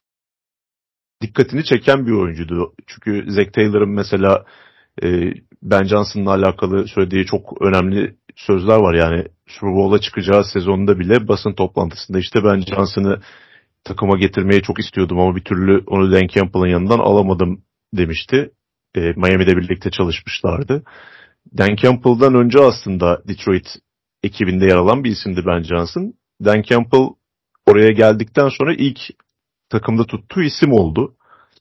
Speaker 2: dikkatini çeken bir oyuncuydu. Çünkü Zach Taylor'ın mesela e, Ben Johnson'la alakalı söylediği çok önemli sözler var. Yani Super Bowl'a çıkacağı sezonda bile basın toplantısında işte ben Johnson'ı takıma getirmeyi çok istiyordum ama bir türlü onu Dan Campbell'ın yanından alamadım demişti. E, Miami'de birlikte çalışmışlardı. Dan Campbell'dan önce aslında Detroit ekibinde yer alan bir isimdi Ben Johnson. Dan Campbell oraya geldikten sonra ilk takımda tuttuğu isim oldu.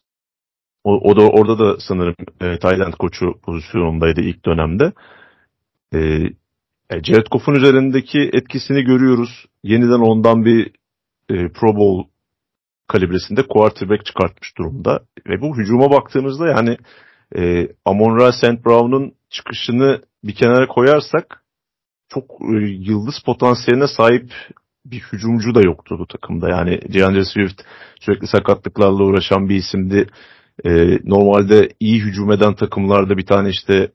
Speaker 2: O, o da orada da sanırım e, Tayland koçu pozisyonundaydı ilk dönemde. E, e, Jared Goff'un üzerindeki etkisini görüyoruz. Yeniden ondan bir e, Pro Bowl kalibresinde quarterback çıkartmış durumda. Ve bu hücuma baktığımızda yani e, Amon-Ra Saint Brown'un çıkışını bir kenara koyarsak çok e, yıldız potansiyeline sahip bir hücumcu da yoktu bu takımda. Yani DeAndre Swift sürekli sakatlıklarla uğraşan bir isimdi. Ee, normalde iyi hücum eden takımlarda bir tane işte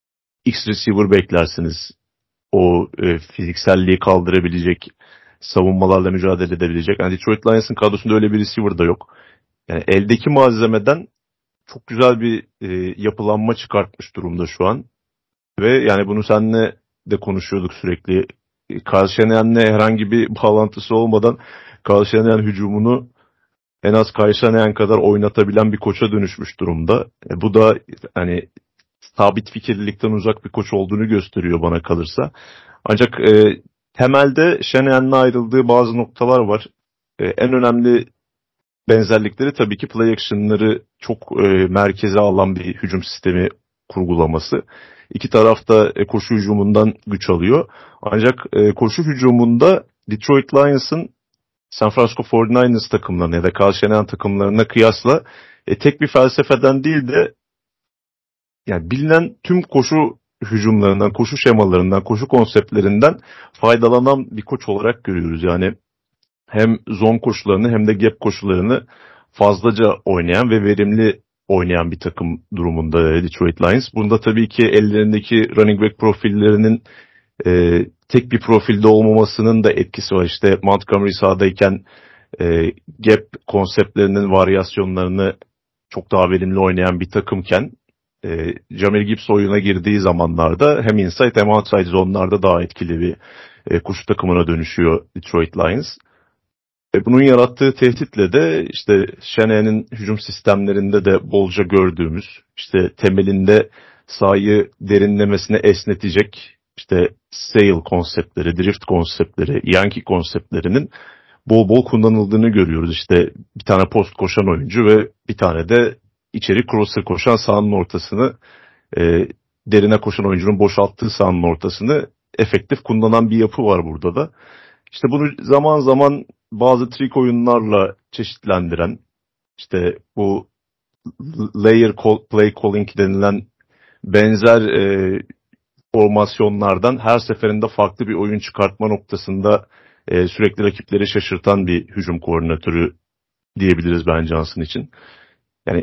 Speaker 2: X receiver beklersiniz. O e, fizikselliği kaldırabilecek, savunmalarla mücadele edebilecek. Yani Detroit Lions'ın kadrosunda öyle bir receiver da yok. Yani eldeki malzemeden çok güzel bir e, yapılanma çıkartmış durumda şu an. Ve yani bunu seninle de konuşuyorduk sürekli. Kyle Shanahan'le herhangi bir bağlantısı olmadan Kyle Shanahan hücumunu en az Kyle Shanahan kadar oynatabilen bir koça dönüşmüş durumda. E, bu da hani sabit fikirlilikten uzak bir koç olduğunu gösteriyor bana kalırsa. Ancak e, temelde Shanahan'la ayrıldığı bazı noktalar var. E, en önemli benzerlikleri tabii ki play action'ları çok e, merkeze alan bir hücum sistemi kurgulaması. İki taraf da e, koşu hücumundan güç alıyor. Ancak e, koşu hücumunda Detroit Lions'ın San Francisco kırk dokuz ers takımlarına ya da Kyle Shanahan takımlarına kıyasla e, tek bir felsefeden değil de yani bilinen tüm koşu hücumlarından, koşu şemalarından, koşu konseptlerinden faydalanan bir koç olarak görüyoruz. Yani hem zone koşularını hem de gap koşularını fazlaca oynayan ve verimli oynayan bir takım durumunda Detroit Lions. Bunda tabii ki ellerindeki running back profillerinin e, tek bir profilde olmamasının da etkisi var. İşte Montgomery sahadayken e, gap konseptlerinin varyasyonlarını çok daha verimli oynayan bir takımken e, Jahmyr Gibbs oyuna girdiği zamanlarda hem inside hem outside zonlarda daha etkili bir e, koşu takımına dönüşüyor Detroit Lions. E, bunun yarattığı tehditle de işte Shanahan'ın hücum sistemlerinde de bolca gördüğümüz işte temelinde sahayı derinlemesine esnetecek işte sail konseptleri, drift konseptleri, yankee konseptlerinin bol bol kullanıldığını görüyoruz. İşte bir tane post koşan oyuncu ve bir tane de içeri crosser koşan sahanın ortasını e, derine koşan oyuncunun boşalttığı sahanın ortasını efektif kullanan bir yapı var burada da. İşte bunu zaman zaman bazı trik oyunlarla çeşitlendiren işte bu layer call, play calling denilen benzer e, formasyonlardan her seferinde farklı bir oyun çıkartma noktasında e, sürekli rakipleri şaşırtan bir hücum koordinatörü diyebiliriz Ben Johnson için. Yani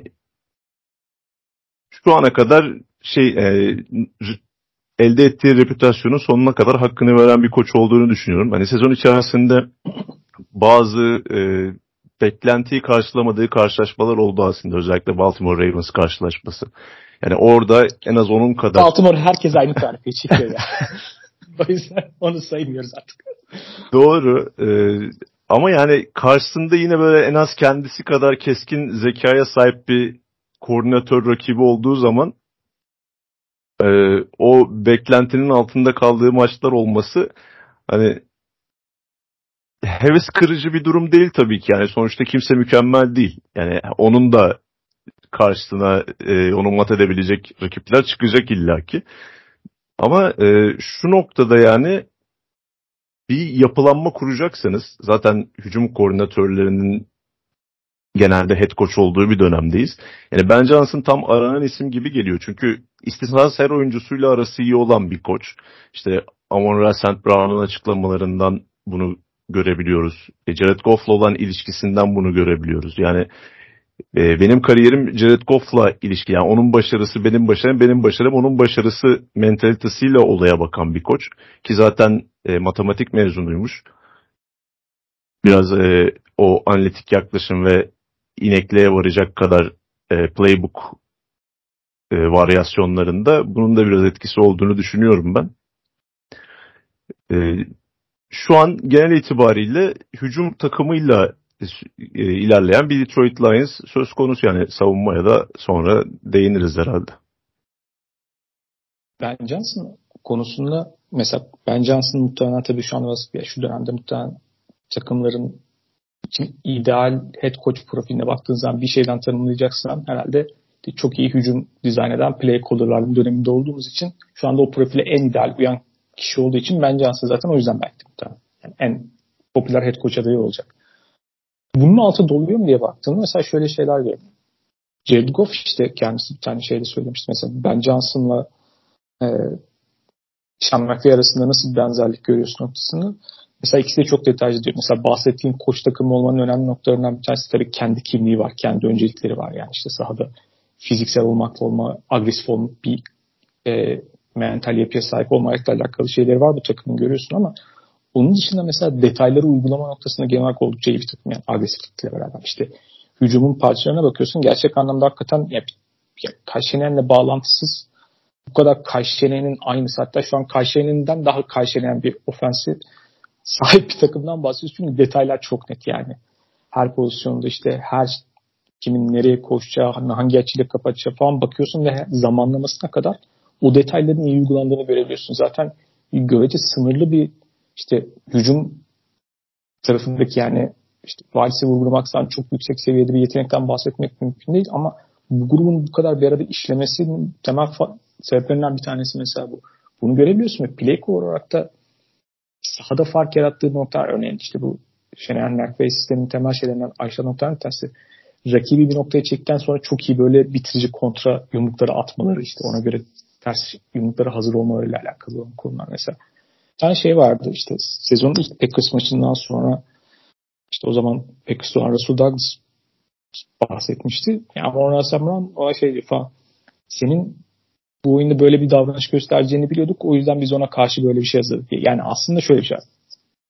Speaker 2: şu ana kadar şey e, elde ettiği reputasyonun sonuna kadar hakkını veren bir koç olduğunu düşünüyorum. Hani sezon içerisinde bazı e, beklentiyi karşılamadığı karşılaşmalar oldu aslında. Özellikle Baltimore Ravens karşılaşması. Yani orada en az onun kadar...
Speaker 1: Baltimore herkes aynı tarife çıkıyor ya. O yüzden onu saymıyoruz artık.
Speaker 2: Doğru. E, ama yani karşısında yine böyle en az kendisi kadar keskin zekaya sahip bir koordinatör rakibi olduğu zaman e, o beklentinin altında kaldığı maçlar olması hani heves kırıcı bir durum değil tabii ki. Yani sonuçta kimse mükemmel değil. Yani onun da karşısına e, onu mat edebilecek rakipler çıkacak illaki. Ama e, şu noktada yani bir yapılanma kuracaksanız zaten hücum koordinatörlerinin genelde head coach olduğu bir dönemdeyiz. Yani Ben Johnson tam aranan isim gibi geliyor. Çünkü istisnasız her oyuncusuyla arası iyi olan bir koç. İşte Amon-Ra Saint Brown'un açıklamalarından bunu görebiliyoruz. E, Jared Goff'la olan ilişkisinden bunu görebiliyoruz. Yani e, benim kariyerim Jared Goff'la ilişki. Yani onun başarısı benim başarım, benim başarım onun başarısı mentalitesiyle olaya bakan bir koç. Ki zaten e, matematik mezunuymuş. Biraz e, o analitik yaklaşım ve inekliğe varacak kadar e, playbook e, varyasyonlarında bunun da biraz etkisi olduğunu düşünüyorum ben. E, şu an genel itibariyle hücum takımıyla e, ilerleyen bir Detroit Lions söz konusu. Yani savunmaya da sonra değiniriz herhalde.
Speaker 1: Ben Johnson konusunda mesela Ben Johnson muhtemelen tabii şu anda şu dönemde muhtemelen takımların için ideal head coach profiline baktığın zaman bir şeyden tanımlayacaksan herhalde çok iyi hücum dizayn eden play caller'ların döneminde olduğumuz için şu anda o profile en ideal uyan kişi olduğu için Ben Johnson zaten o yüzden belki muhtemelen yani en popüler head coach adayı olacak. Bunun altı doluyor mu diye baktığımda mesela şöyle şeyler gördüm. Jared Goff işte kendisi bir tane şeyde söylemişti. Mesela Ben Johnson'la e, Sean McVay arasında nasıl bir benzerlik görüyorsun noktasını. Mesela ikisi de çok detaylı diyor. Mesela bahsettiğim koç takımı olmanın önemli noktalarından bir tanesi tabii kendi kimliği var. Kendi öncelikleri var. Yani işte sahada fiziksel olmakla olma, agresif olma, bir e, mental yapıya sahip olmakla alakalı şeyleri var bu takımın görüyorsun ama onun dışında mesela detayları uygulama noktasında genel olarak oldukça iyi bir takım. Yani agresiflikle beraber işte hücumun parçalarına bakıyorsun. Gerçek anlamda hakikaten ya, ya, Kaşinen'le bağlantısız bu kadar Kaşinen'in aynısı. Hatta şu an Kaşinen'den daha Kaşinen bir ofensif sahip bir takımdan bahsediyoruz. Çünkü detaylar çok net yani. Her pozisyonda işte her kimin nereye koşacağı, hangi açıyla kapatacağı falan bakıyorsun ve zamanlamasına kadar o detayların iyi uygulandığını görebiliyorsun. Zaten görece sınırlı bir işte hücum tarafındaki yani işte valisi vurgulamaktan çok yüksek seviyede bir yetenekten bahsetmek mümkün değil ama bu grubun bu kadar bir arada işlemesinin temel fa- sebeplerinden bir tanesi mesela bu. Bunu görebiliyorsun ve play call olarak da sahada fark yarattığı noktalar örneğin işte bu Shanahan McVay sistemin temel şeylerinden aşağı noktalar bir tanesi. Rakibi bir noktaya çektikten sonra çok iyi böyle bitirici kontra yumrukları atmaları işte ona göre ters yumruklara hazır olmalarıyla alakalı olan konular mesela. Bir tane şey vardı işte sezonun ilk Packers maçından sonra işte o zaman Packers'tan Russell Douglas bahsetmişti. Yani Amon-Ra Saint Brown o şey falan. Senin bu oyunda böyle bir davranış göstereceğini biliyorduk. O yüzden biz ona karşı böyle bir şey hazırladık. Yani aslında şöyle bir şey.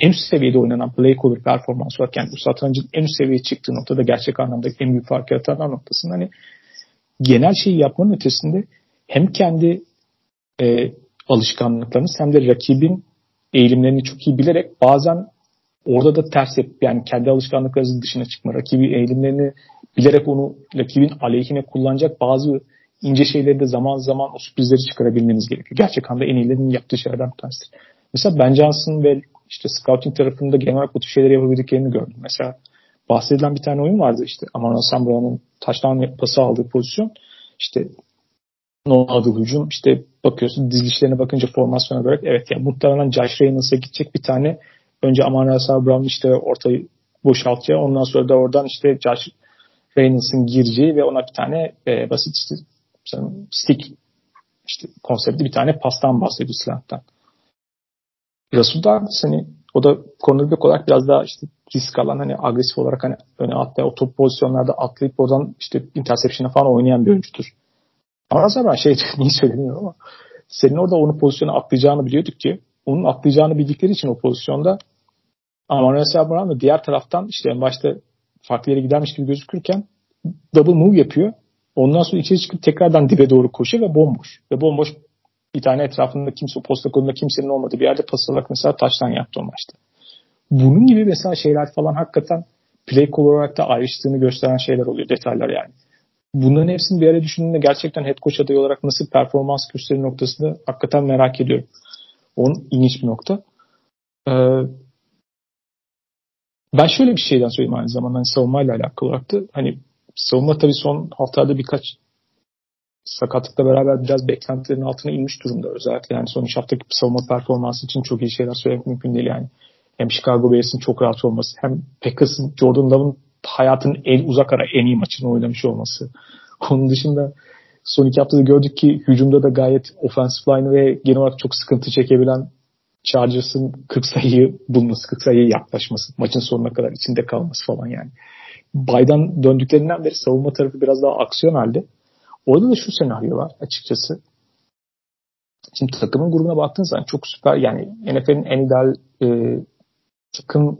Speaker 1: en üst seviyede oynanan play caller performans olarak yani bu satrancın en üst seviyeye çıktığı noktada gerçek anlamda en büyük fark yaratan noktasında hani genel şeyi yapmanın ötesinde hem kendi e, alışkanlıklarınız hem de rakibin eğilimlerini çok iyi bilerek bazen orada da ters yap yani kendi alışkanlıklarınızın dışına çıkma, rakibin eğilimlerini bilerek onu rakibin aleyhine kullanacak bazı ince şeyleri de zaman zaman o sürprizleri çıkarabilmeniz gerekiyor. Gerçek anlamda en iyilerinin yaptığı şeylerden bir tanesidir. Mesela Ben Johnson ve işte scouting tarafında genel olarak bu tür şeyleri yapabildiklerini gördüm. Mesela bahsedilen bir tane oyun vardı işte Amon Hasan Brown'un taştan pası aldığı pozisyon. İşte no adı hücum işte bakıyorsun dizilişlerine bakınca formasyona göre evet ya yani muhtemelen Josh Reynolds'a gidecek bir tane önce Amon Hasan Brown işte ortayı boşaltacağı ondan sonra da oradan işte Josh Reynolds'ın gireceği ve ona bir tane e, basit işte stick işte konseptli bir tane pastan bahsediyor silahtan. Russell Douglas hani o da cornerback olarak biraz daha işte risk alan hani agresif olarak hani öne atlayan o top pozisyonlarda atlayıp oradan işte interception'a falan oynayan bir oyuncudur. Ama zaman şey niye söylemiyorum ama senin orada onu pozisyona atlayacağını biliyorduk ki onun atlayacağını bildikleri için o pozisyonda Amon Hasan Brown da diğer taraftan işte en başta farklı yere gidermiş gibi gözükürken double move yapıyor. Ondan sonra içeri çıkıp tekrardan dibe doğru koşuyor ve bomboş. Ve bomboş bir tane etrafında kimse, posta konumunda kimsenin olmadığı bir yerde pas alarak mesela taştan yaptı o maçta. Bunun gibi mesela şeyler falan hakikaten play call olarak da ayrıştığını gösteren şeyler oluyor. Detaylar yani. Bunların hepsini bir araya düşündüğümde gerçekten head coach adayı olarak nasıl performans gösterir noktasını hakikaten merak ediyorum. Onun ilginç bir nokta. Ee, ben şöyle bir şeyden söyleyeyim aynı zamanda hani savunmayla alakalı olarak da hani savunma tabii son haftalarda birkaç sakatlıkla beraber biraz beklentilerin altına inmiş durumda. Özellikle yani son üç haftaki savunma performansı için çok iyi şeyler söylemek mümkün değil yani. Hem Chicago Bears'ın çok rahat olması hem Packers'ın Jordan Love'ın hayatının en uzak ara en iyi maçını oynamış olması. Onun dışında son iki haftada gördük ki hücumda da gayet offensive line ve genel olarak çok sıkıntı çekebilen Chargers'ın kırk sayıyı bulması, kırk sayıya yaklaşması, maçın sonuna kadar içinde kalması falan yani. Bay'dan döndüklerinden beri savunma tarafı biraz daha aksiyon halde. Orada da şu senaryo var açıkçası. Şimdi takımın grubuna baktığınız zaman çok süper yani N F L'in en ideal e, takım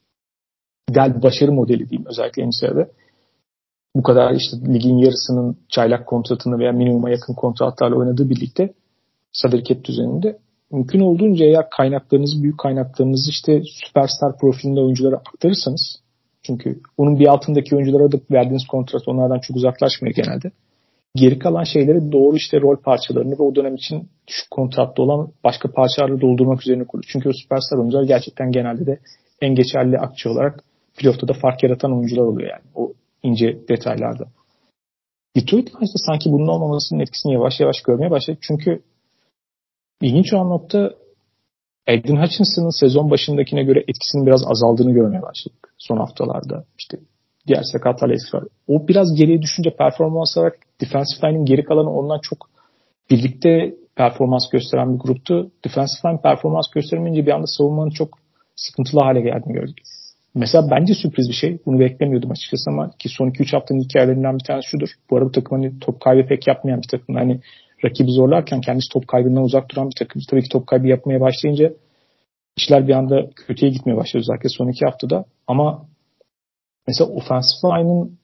Speaker 1: ideal başarı modeli diyeyim özellikle N C A'de. Bu kadar işte ligin yarısının çaylak kontratını veya minimuma yakın kontratlarla oynadığı birlikte salary cap düzeninde mümkün olduğunca eğer kaynaklarınızı, büyük kaynaklarınızı işte süperstar profilinde oyunculara aktarırsanız çünkü onun bir altındaki oyunculara da verdiğiniz kontrat onlardan çok uzaklaşmıyor genelde. Geri kalan şeyleri doğru işte rol parçalarını ve o dönem için düşük kontratlı olan başka parçalarla doldurmak üzerine kuruluyor. Çünkü o süperstar oyuncular gerçekten genelde de en geçerli akçe olarak playoff'ta da fark yaratan oyuncular oluyor yani. O ince detaylarda. Detroit Lions'da sanki bunun olmamasının etkisini yavaş yavaş görmeye başladık. Çünkü ilginç olan nokta Aiden Hutchinson'ın sezon başındakine göre etkisinin biraz azaldığını görmeye başladık son haftalarda. İşte diğer sakatlarla etkisi var. O biraz geriye düşünce performans olarak defensive line'in geri kalanı ondan çok birlikte performans gösteren bir gruptu. Defensive line performans göstermeyince bir anda savunmanın çok sıkıntılı hale geldiğini gördük. Mesela bence sürpriz bir şey. Bunu beklemiyordum açıkçası ama ki son iki üç haftanın hikayelerinden bir tanesi şudur. Bu arada bu takım hani top kaybı pek yapmayan bir takım. Hani rakibi zorlarken kendisi top kaybından uzak duran bir takım. Tabii ki top kaybı yapmaya başlayınca işler bir anda kötüye gitmeye başladı özellikle son iki haftada. Ama mesela offensive line'ın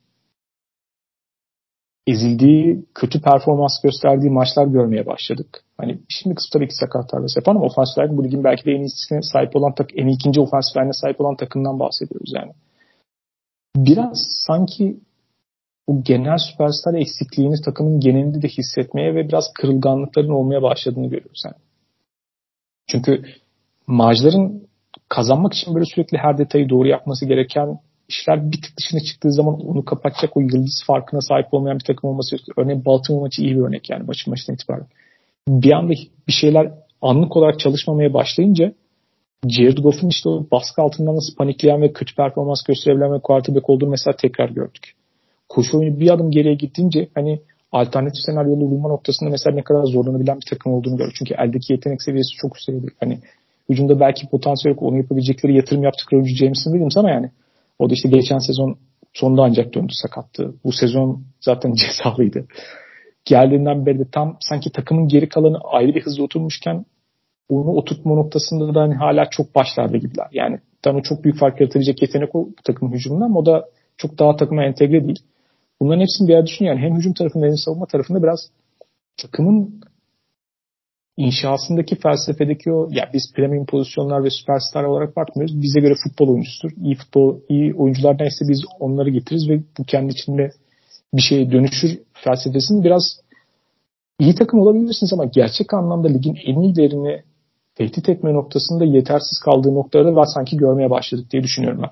Speaker 1: ezildiği, kötü performans gösterdiği maçlar görmeye başladık. Hani şimdi kısmı tabii ki sakatlarla yapan ama offensive line bu ligin belki de en iyisine sahip olan tak en iyi ikinci offensive line'e sahip olan takımdan bahsediyoruz yani. Biraz sanki bu genel süperstar eksikliğini takımın genelinde de hissetmeye ve biraz kırılganlıkların olmaya başladığını görüyoruz yani. Çünkü maçların kazanmak için böyle sürekli her detayı doğru yapması gereken işler bir tık dışına çıktığı zaman onu kapatacak o yıldız farkına sahip olmayan bir takım olması gerekiyor. Örneğin Baltimore maçı iyi bir örnek yani maçın başından itibaren. Bir anda bir şeyler anlık olarak çalışmamaya başlayınca Jared Goff'un işte o baskı altından nasıl panikleyen ve kötü performans gösterebilen ve quarterback olduğunu mesela tekrar gördük. Koşu oyunu bir adım geriye gittiğince hani alternatif senaryoda bulunma noktasında mesela ne kadar zorlanabilen bir takım olduğunu gördük. Çünkü eldeki yetenek seviyesi çok üst seviyede. Hani hücumda belki potansiyel yok. Onu yapabilecekleri yatırım yaptıkları oyuncu Jameson Williams ama yani o da işte geçen sezon sonunda ancak döndü sakattı. Bu sezon zaten cezalıydı. Geldiğinden beri de tam sanki takımın geri kalanı ayrı bir hızla oturmuşken onu oturtma noktasında da hani hala çok başlarda gibiler. Yani tam çok büyük fark yaratabilecek yetenek o takımın hücumunda ama o da çok daha takıma entegre değil. Bunların hepsini bir yer düşün yani hem hücum tarafında hem savunma tarafında biraz takımın inşasındaki felsefedeki o ya biz premium pozisyonlar ve süperstar olarak bakmıyoruz. Bize göre futbol oyuncusudur. İyi futbol, iyi oyuncular neyse biz onları getiririz ve bu kendi içinde bir şeye dönüşür felsefesini biraz iyi takım olabilirsiniz ama gerçek anlamda ligin en iyilerini tehdit etme noktasında yetersiz kaldığı noktaları var sanki görmeye başladık diye düşünüyorum ben.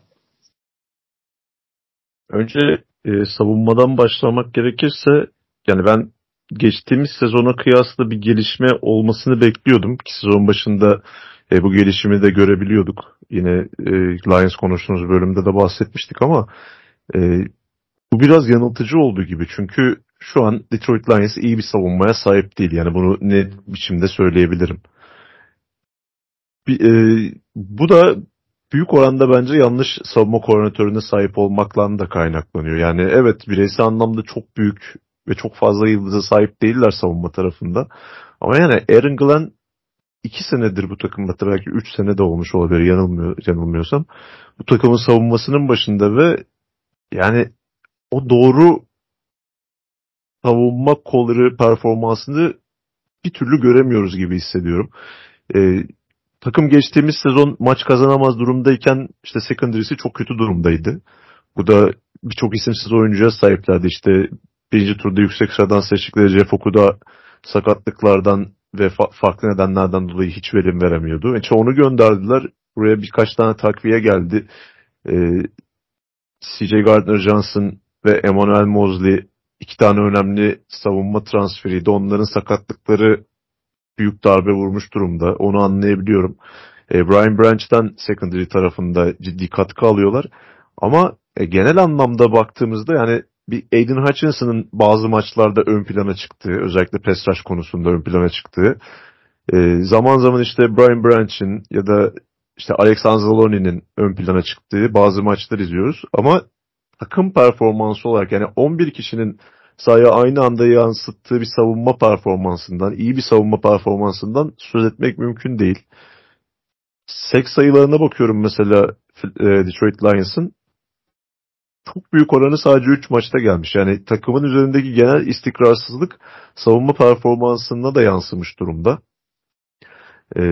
Speaker 2: Önce e, savunmadan başlamak gerekirse yani ben geçtiğimiz sezona kıyasla bir gelişme olmasını bekliyordum ki sezon başında e, bu gelişimi de görebiliyorduk. Yine e, Lions konuştuğumuz bölümde de bahsetmiştik ama e, bu biraz yanıltıcı olduğu gibi çünkü şu an Detroit Lions iyi bir savunmaya sahip değil. Yani bunu net biçimde söyleyebilirim. Bir, e, bu da büyük oranda bence yanlış savunma koordinatörüne sahip olmakla da kaynaklanıyor. Yani evet bireysel anlamda çok büyük ve çok fazla yıldıza sahip değiller savunma tarafında. Ama yani Aaron Glenn iki senedir bu takımda belki üç sene de olmuş olabilir yanılmıyor, yanılmıyorsam. Bu takımın savunmasının başında ve yani o doğru savunma kolları performansını bir türlü göremiyoruz gibi hissediyorum. Ee, takım geçtiğimiz sezon maç kazanamaz durumdayken işte secondary'si çok kötü durumdaydı. Bu da birçok isimsiz oyuncuya sahiplerdi. İşte birinci turda yüksek sıradan seçtikleri Jeff Okuda sakatlıklardan ve fa- farklı nedenlerden dolayı hiç verim veremiyordu. E, çoğunu gönderdiler. Buraya birkaç tane takviye geldi. Ee, C J Gardner-Johnson ve Emmanuel Mosley iki tane önemli savunma transferiydi. Onların sakatlıkları büyük darbe vurmuş durumda. Onu anlayabiliyorum. E, Brian Branch'ten secondary tarafında ciddi katkı alıyorlar. Ama e, genel anlamda baktığımızda yani bir Aiden Hutchinson'ın bazı maçlarda ön plana çıktığı, özellikle pass rush konusunda ön plana çıktığı, e, zaman zaman işte Brian Branch'in ya da işte Alex Anzaloni'nin ön plana çıktığı bazı maçlar izliyoruz. Ama takım performansı olarak yani on bir kişinin sahaya aynı anda yansıttığı bir savunma performansından, iyi bir savunma performansından söz etmek mümkün değil. Seks sayılarına bakıyorum mesela e, Detroit Lions'ın. Çok büyük oranı sadece üç maçta gelmiş. Yani takımın üzerindeki genel istikrarsızlık savunma performansına da yansımış durumda. E,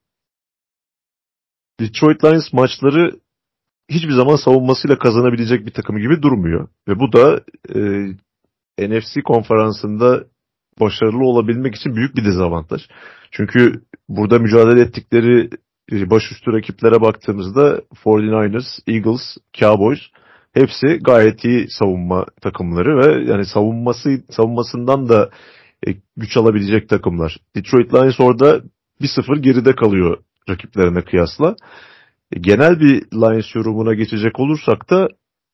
Speaker 2: Detroit Lions maçları hiçbir zaman savunmasıyla kazanabilecek bir takım gibi durmuyor. Ve bu da e, N F C konferansında başarılı olabilmek için büyük bir dezavantaj. Çünkü burada mücadele ettikleri başüstü rakiplere baktığımızda kırk dokuzlar, Eagles, Cowboys hepsi gayet iyi savunma takımları ve yani savunması savunmasından da e, güç alabilecek takımlar. Detroit Lions orada bir sıfır geride kalıyor rakiplerine kıyasla. E, genel bir Lions yorumuna geçecek olursak da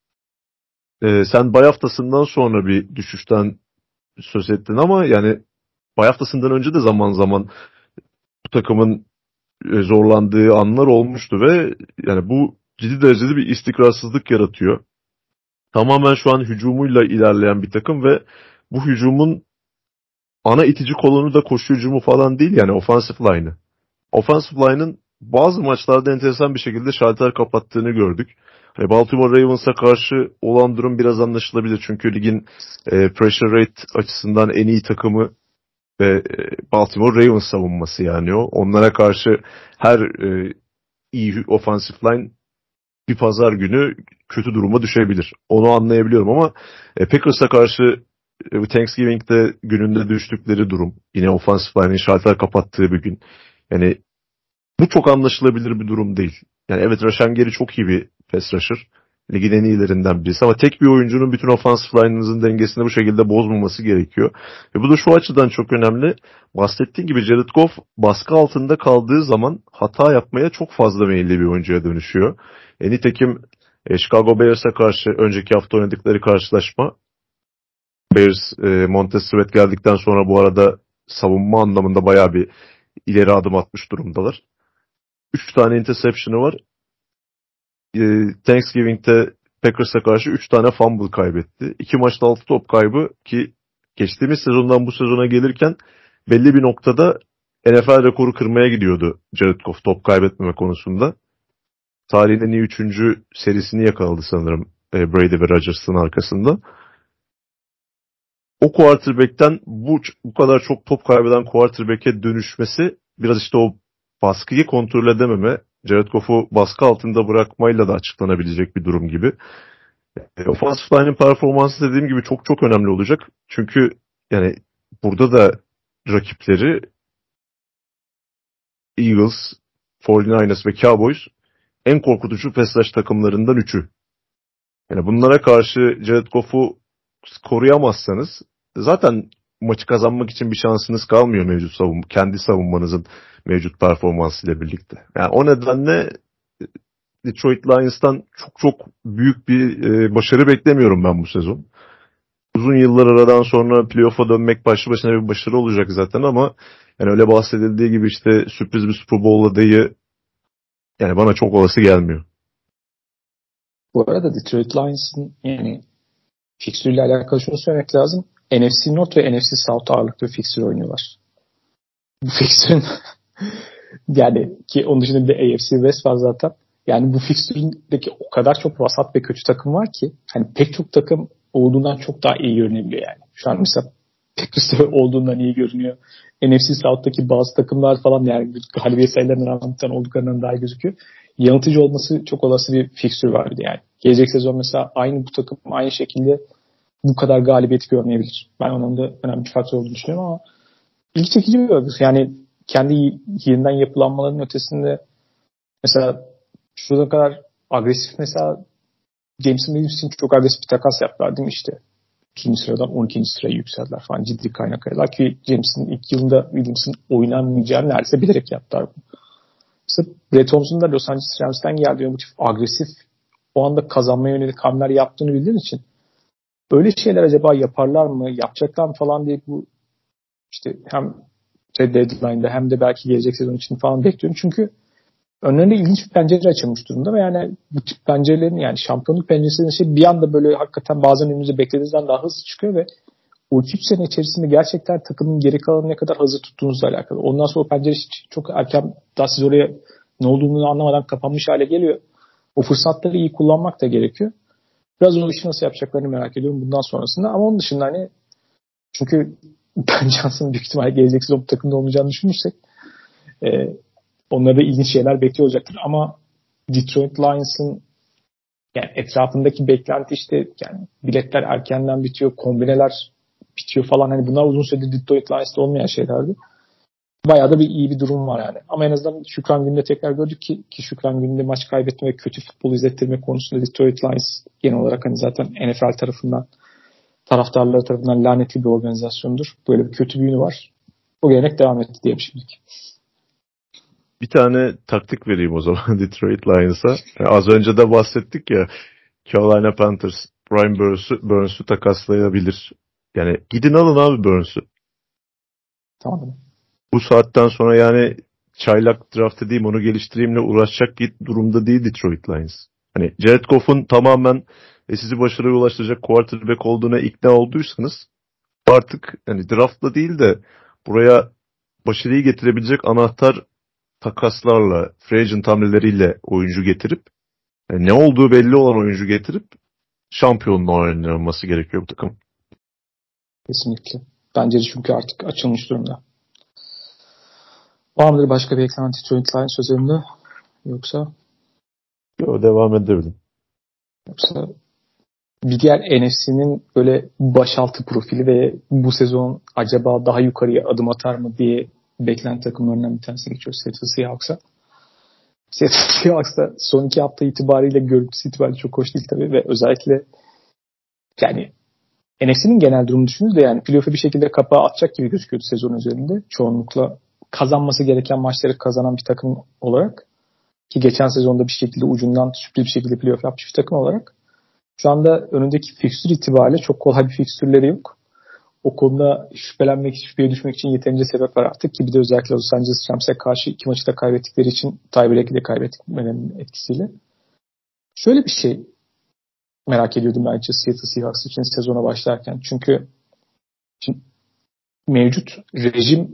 Speaker 2: e, sen bay haftasından sonra bir düşüşten söz ettin ama yani bay haftasından önce de zaman zaman bu takımın e, zorlandığı anlar olmuştu ve yani bu ciddi derecede bir istikrarsızlık yaratıyor. Tamamen şu an hücumuyla ilerleyen bir takım ve bu hücumun ana itici kolonu da koşu hücumu falan değil yani offensive line'ı. Offensive line'ın bazı maçlarda enteresan bir şekilde şalter kapattığını gördük. Hani Baltimore Ravens'a karşı olan durum biraz anlaşılabilir çünkü ligin e, pressure rate açısından en iyi takımı ve Baltimore Ravens savunması yani o. Onlara karşı her e, iyi offensive line bir pazar günü kötü duruma düşebilir. Onu anlayabiliyorum ama e, Packers'a karşı e, Thanksgiving'de gününde düştükleri durum. Yine offensive line'in şalter kapattığı bir gün. Yani bu çok anlaşılabilir bir durum değil. Yani evet Rashan Gary çok iyi bir pass rusher. Ligin en iyilerinden birisi ama tek bir oyuncunun bütün offensive line'ınızın dengesini bu şekilde bozmaması gerekiyor. Ve bu da şu açıdan çok önemli. Bahsettiğim gibi Jared Goff baskı altında kaldığı zaman hata yapmaya çok fazla meyilli bir oyuncuya dönüşüyor. E, nitekim e, Chicago Bears'a karşı önceki hafta oynadıkları karşılaşma Bears e, Montez Sweat geldikten sonra bu arada savunma anlamında bayağı bir ileri adım atmış durumdalar. Üç tane interception'ı var. Thanksgiving'de Packers'a karşı üç tane fumble kaybetti. iki maçta altı top kaybı ki geçtiğimiz sezondan bu sezona gelirken belli bir noktada N F L rekoru kırmaya gidiyordu Jared Goff top kaybetmeme konusunda. Tarihin en iyi üçüncü serisini yakaladı sanırım e, Brady ve Rodgers'ın arkasında. O quarterback'ten bu, bu kadar çok top kaybeden quarterback'e dönüşmesi biraz işte o baskıyı kontrol edememe, Jared Goff'u baskı altında bırakmayla da açıklanabilecek bir durum gibi. E, offensive line'in performansı dediğim gibi çok çok önemli olacak. Çünkü yani burada da rakipleri Eagles, kırk dokuzlar ve Cowboys en korkutucu pass rush takımlarından üçü. Yani bunlara karşı Jared Goff'u koruyamazsanız zaten maçı kazanmak için bir şansınız kalmıyor mevcut savunma, kendi savunmanızın mevcut performansıyla birlikte. Yani o nedenle Detroit Lions'tan çok çok büyük bir e, başarı beklemiyorum ben bu sezon. Uzun yıllar aradan sonra playoff'a dönmek başlı başına bir başarı olacak zaten ama yani öyle bahsedildiği gibi işte sürpriz bir Super Bowl adayı yani bana çok olası gelmiyor.
Speaker 1: Bu arada Detroit Lions'ın yani fikstürüyle alakalı şunu söylemek lazım. N F C North ve N F C South ağırlıklı fikstür oynuyorlar. Bu fikstürün yani ki onun dışında bir de A F C West var zaten. Yani bu fikstüründeki o kadar çok vasat ve kötü takım var ki hani pek çok takım olduğundan çok daha iyi görünebiliyor yani. Şu an mesela Packers'ta olduğundan iyi görünüyor. N F C South'taki bazı takımlar falan yani galibiyet sayılarından anlatan olduklarından daha iyi gözüküyor. Yanıltıcı olması çok olası bir fikstür vardı yani. Gelecek sezon mesela aynı bu takım aynı şekilde bu kadar galibiyet görmeyebilir. Ben onun da önemli bir faktör olduğunu düşünüyorum ama ilgi çekici bir örgü. Yani kendi yeniden yapılanmaların ötesinde mesela şurada kadar agresif mesela Jameson Williams için çok agresif bir takas yaptılar değil mi işte? ikinci sıradan on ikinci sıraya yükseldiler falan ciddi kaynak ayırdılar ki Jameson'ın ilk yılında Williams'ın oynanmayacağını neredeyse bilerek yaptılar. Mesela Brett Thompson'un da Los Angeles Rams'ten geldiği bu tip agresif o anda kazanmaya yönelik hamleler yaptığını bildiğin için öyle şeyler acaba yaparlar mı, yapacaklar mı falan diye bu işte hem deadline'da hem de belki gelecek sezon için falan bekliyorum. Çünkü önlerinde ilginç bir pencere açılmış durumda ve yani bu tip pencerelerin yani şampiyonluk penceresinin şey bir anda böyle hakikaten bazen önümüze beklediğinizden daha hızlı çıkıyor ve o iki üç sene içerisinde gerçekten takımın geri kalanı ne kadar hazır tuttuğunuzla alakalı. Ondan sonra o pencere çok erken daha siz oraya ne olduğunu anlamadan kapanmış hale geliyor. O fırsatları iyi kullanmak da gerekiyor. Biraz o işi nasıl yapacaklarını merak ediyorum bundan sonrasında. Ama onun dışında hani çünkü Ben Johnson'ın büyük ihtimalle gelecek sezon bu takımda olmayacağını düşünürsek e, onlarda ilginç şeyler bekliyor olacaktır. Ama Detroit Lions'ın yani etrafındaki beklenti işte yani biletler erkenden bitiyor, kombineler bitiyor falan. Hani bunlar uzun süredir Detroit Lions'ta olmayan şeylerdi. Bayağı da bir iyi bir durum var yani. Ama en azından Şükran Günü'nde tekrar gördük ki, ki Şükran Günü'nde maç kaybetme ve kötü futbol izlettirme konusunda Detroit Lions genel olarak hani zaten N F L tarafından taraftarları tarafından lanetli bir organizasyondur. Böyle bir kötü bir yönü var. Bu gelenek devam etti diyelim şimdilik.
Speaker 2: Bir tane taktik vereyim o zaman Detroit Lions'a. Yani az önce de bahsettik ya Carolina Panthers Brian Burns'u, Burns'u takaslayabilir. Yani gidin alın abi Burns'u.
Speaker 1: Tamam.
Speaker 2: Bu saatten sonra yani çaylak draft edeyim onu geliştireyimle uğraşacak durumda değil Detroit Lions. Hani Jared Goff'un tamamen e, sizi başarıya ulaştıracak quarterback olduğuna ikna olduysanız artık hani draftla değil de buraya başarıyı getirebilecek anahtar takaslarla, free agent hamleleriyle oyuncu getirip yani ne olduğu belli olan oyuncu getirip şampiyonluğa oynanması gerekiyor bu takım.
Speaker 1: Kesinlikle. Bence de çünkü artık açılmış durumda. Var mıdır başka bir eklenti Detroit Lions üzerinde? Yoksa
Speaker 2: Yo, devam edebilirim.
Speaker 1: yoksa bir diğer N F C'nin böyle başaltı profili ve bu sezon acaba daha yukarıya adım atar mı diye beklenti takımlarından bir tanesi geçiyor Seattle Seahawks'a. Seattle Seahawks'ta son iki hafta itibariyle görüntüsü itibariyle çok hoş değil tabii ve özellikle yani N F C'nin genel durumunu düşündüğünüzde yani playoff'a bir şekilde kapağı atacak gibi gözüküyordu sezon üzerinde. Çoğunlukla kazanması gereken maçları kazanan bir takım olarak ki geçen sezonda bir şekilde ucundan sürpriz bir şekilde playoff yapmış bir takım olarak şu anda önündeki fikstür itibariyle çok kolay bir fikstürleri yok. O konuda şüphelenmek, şüpheye düşmek için yeterince sebep var artık ki bir de özellikle Los Angeles Rams'e karşı iki maçı da kaybettikleri için tiebreak'i de kaybetmelerinin etkisiyle. Şöyle bir şey merak ediyordum ben Seattle Seahawks için sezona başlarken. Çünkü şimdi mevcut rejim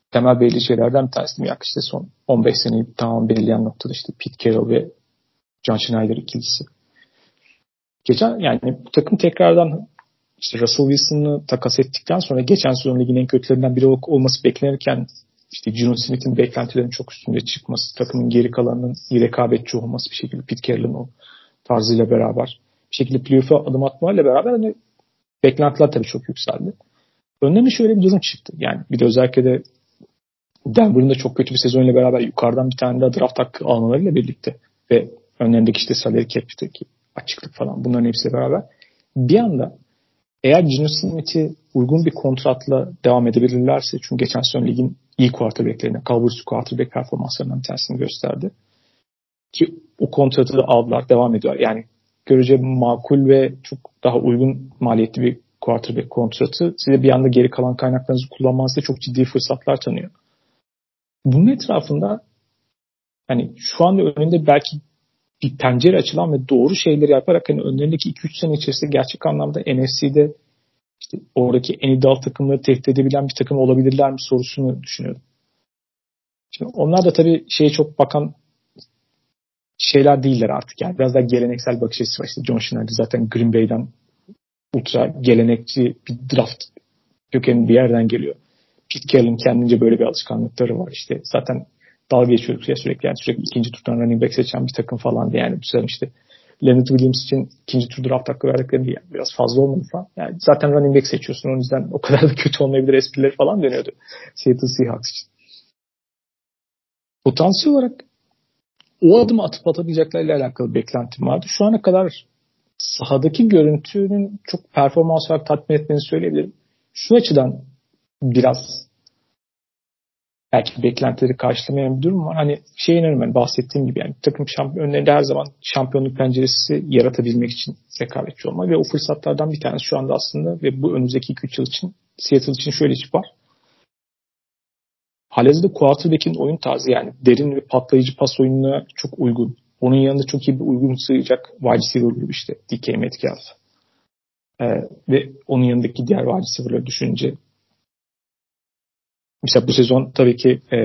Speaker 1: temel belirli şeylerden bir tanesi. Yani işte son on beş seneyi tamam belirleyen noktada işte Pete Carroll ve John Schneider ikilisi. Geçen yani bu takım tekrardan işte Russell Wilson'ı takas ettikten sonra geçen sezon ligin en kötülerinden biri olması beklenirken işte Geno Smith'in beklentilerin çok üstünde çıkması, takımın geri kalanının iyi rekabetçi olması bir şekilde Pete Carroll'ın o tarzıyla beraber bir şekilde playoff'a adım atmalarıyla beraber hani beklentiler tabii çok yükseldi. Önlerine şöyle bir durum çıktı. Yani bir de özellikle de Denver'ın da çok kötü bir sezonuyla beraber yukarıdan bir tane daha draft hakkı almalarıyla birlikte ve önlerindeki işte salary cap'teki açıklık falan bunların hepsiyle beraber bir anda eğer Geno Smith'i uygun bir kontratla devam edebilirlerse çünkü geçen sezon ligin iyi quarterback'lerine Cowboys quarterback performanslarından bir tanesini gösterdi. Ki o kontratı da aldılar, devam ediyor. Yani görece makul ve çok daha uygun maliyetli bir quarterback kontratı size bir anda geri kalan kaynaklarınızı kullanmanızda çok ciddi fırsatlar tanıyor. Bunun etrafında hani şu anda önünde belki bir pencere açılan ve doğru şeyleri yaparak hani önlerindeki iki üç sene içerisinde gerçek anlamda N F C'de işte oradaki en iddialı takımları tehdit edebilen bir takım olabilirler mi sorusunu düşünüyorum. Şimdi onlar da tabii şeye çok bakan şeyler değiller artık. Yani biraz daha geleneksel bakış açısı var. İşte John Schneider zaten Green Bay'den ultra gelenekçi bir draft kökenli bir yerden geliyor. Pete Carroll'ın kendince böyle bir alışkanlıkları var. İşte zaten dalga geçiyorduk ya sürekli. Yani sürekli ikinci turdan running back seçen bir takım falan diye. Yani bu sezon işte Leonard Williams için ikinci tur draft hakkı verdikleri diye yani biraz fazla olmadı falan. Yani zaten running back seçiyorsun. O yüzden o kadar da kötü olmayabilir esprileri falan dönüyordu. Seattle Seahawks için. Potansiyel olarak o adımı atıp atabileceklerle alakalı beklentim vardı. Şu ana kadar sahadaki görüntünün çok performans olarak tatmin etmeni söyleyebilirim. Şu açıdan biraz belki beklentileri karşılamayan bir durum var. Hani şeyin önünden bahsettiğim gibi yani takım şampiyon, önlerinde her zaman şampiyonluk penceresi yaratabilmek için rekabetçi olma ve o fırsatlardan bir tanesi şu anda aslında ve bu önümüzdeki iki üç yıl için Seattle için şöyle bir var. Halihazırda quarterback'in oyun tarzı yani derin ve patlayıcı pas oyununa çok uygun. Onun yanında çok iyi bir uygun sığacak wide receiver grubu işte D K Metcalf. Ee, ve onun yanındaki diğer wide receiver'ları düşününce mesela bu sezon tabii ki e,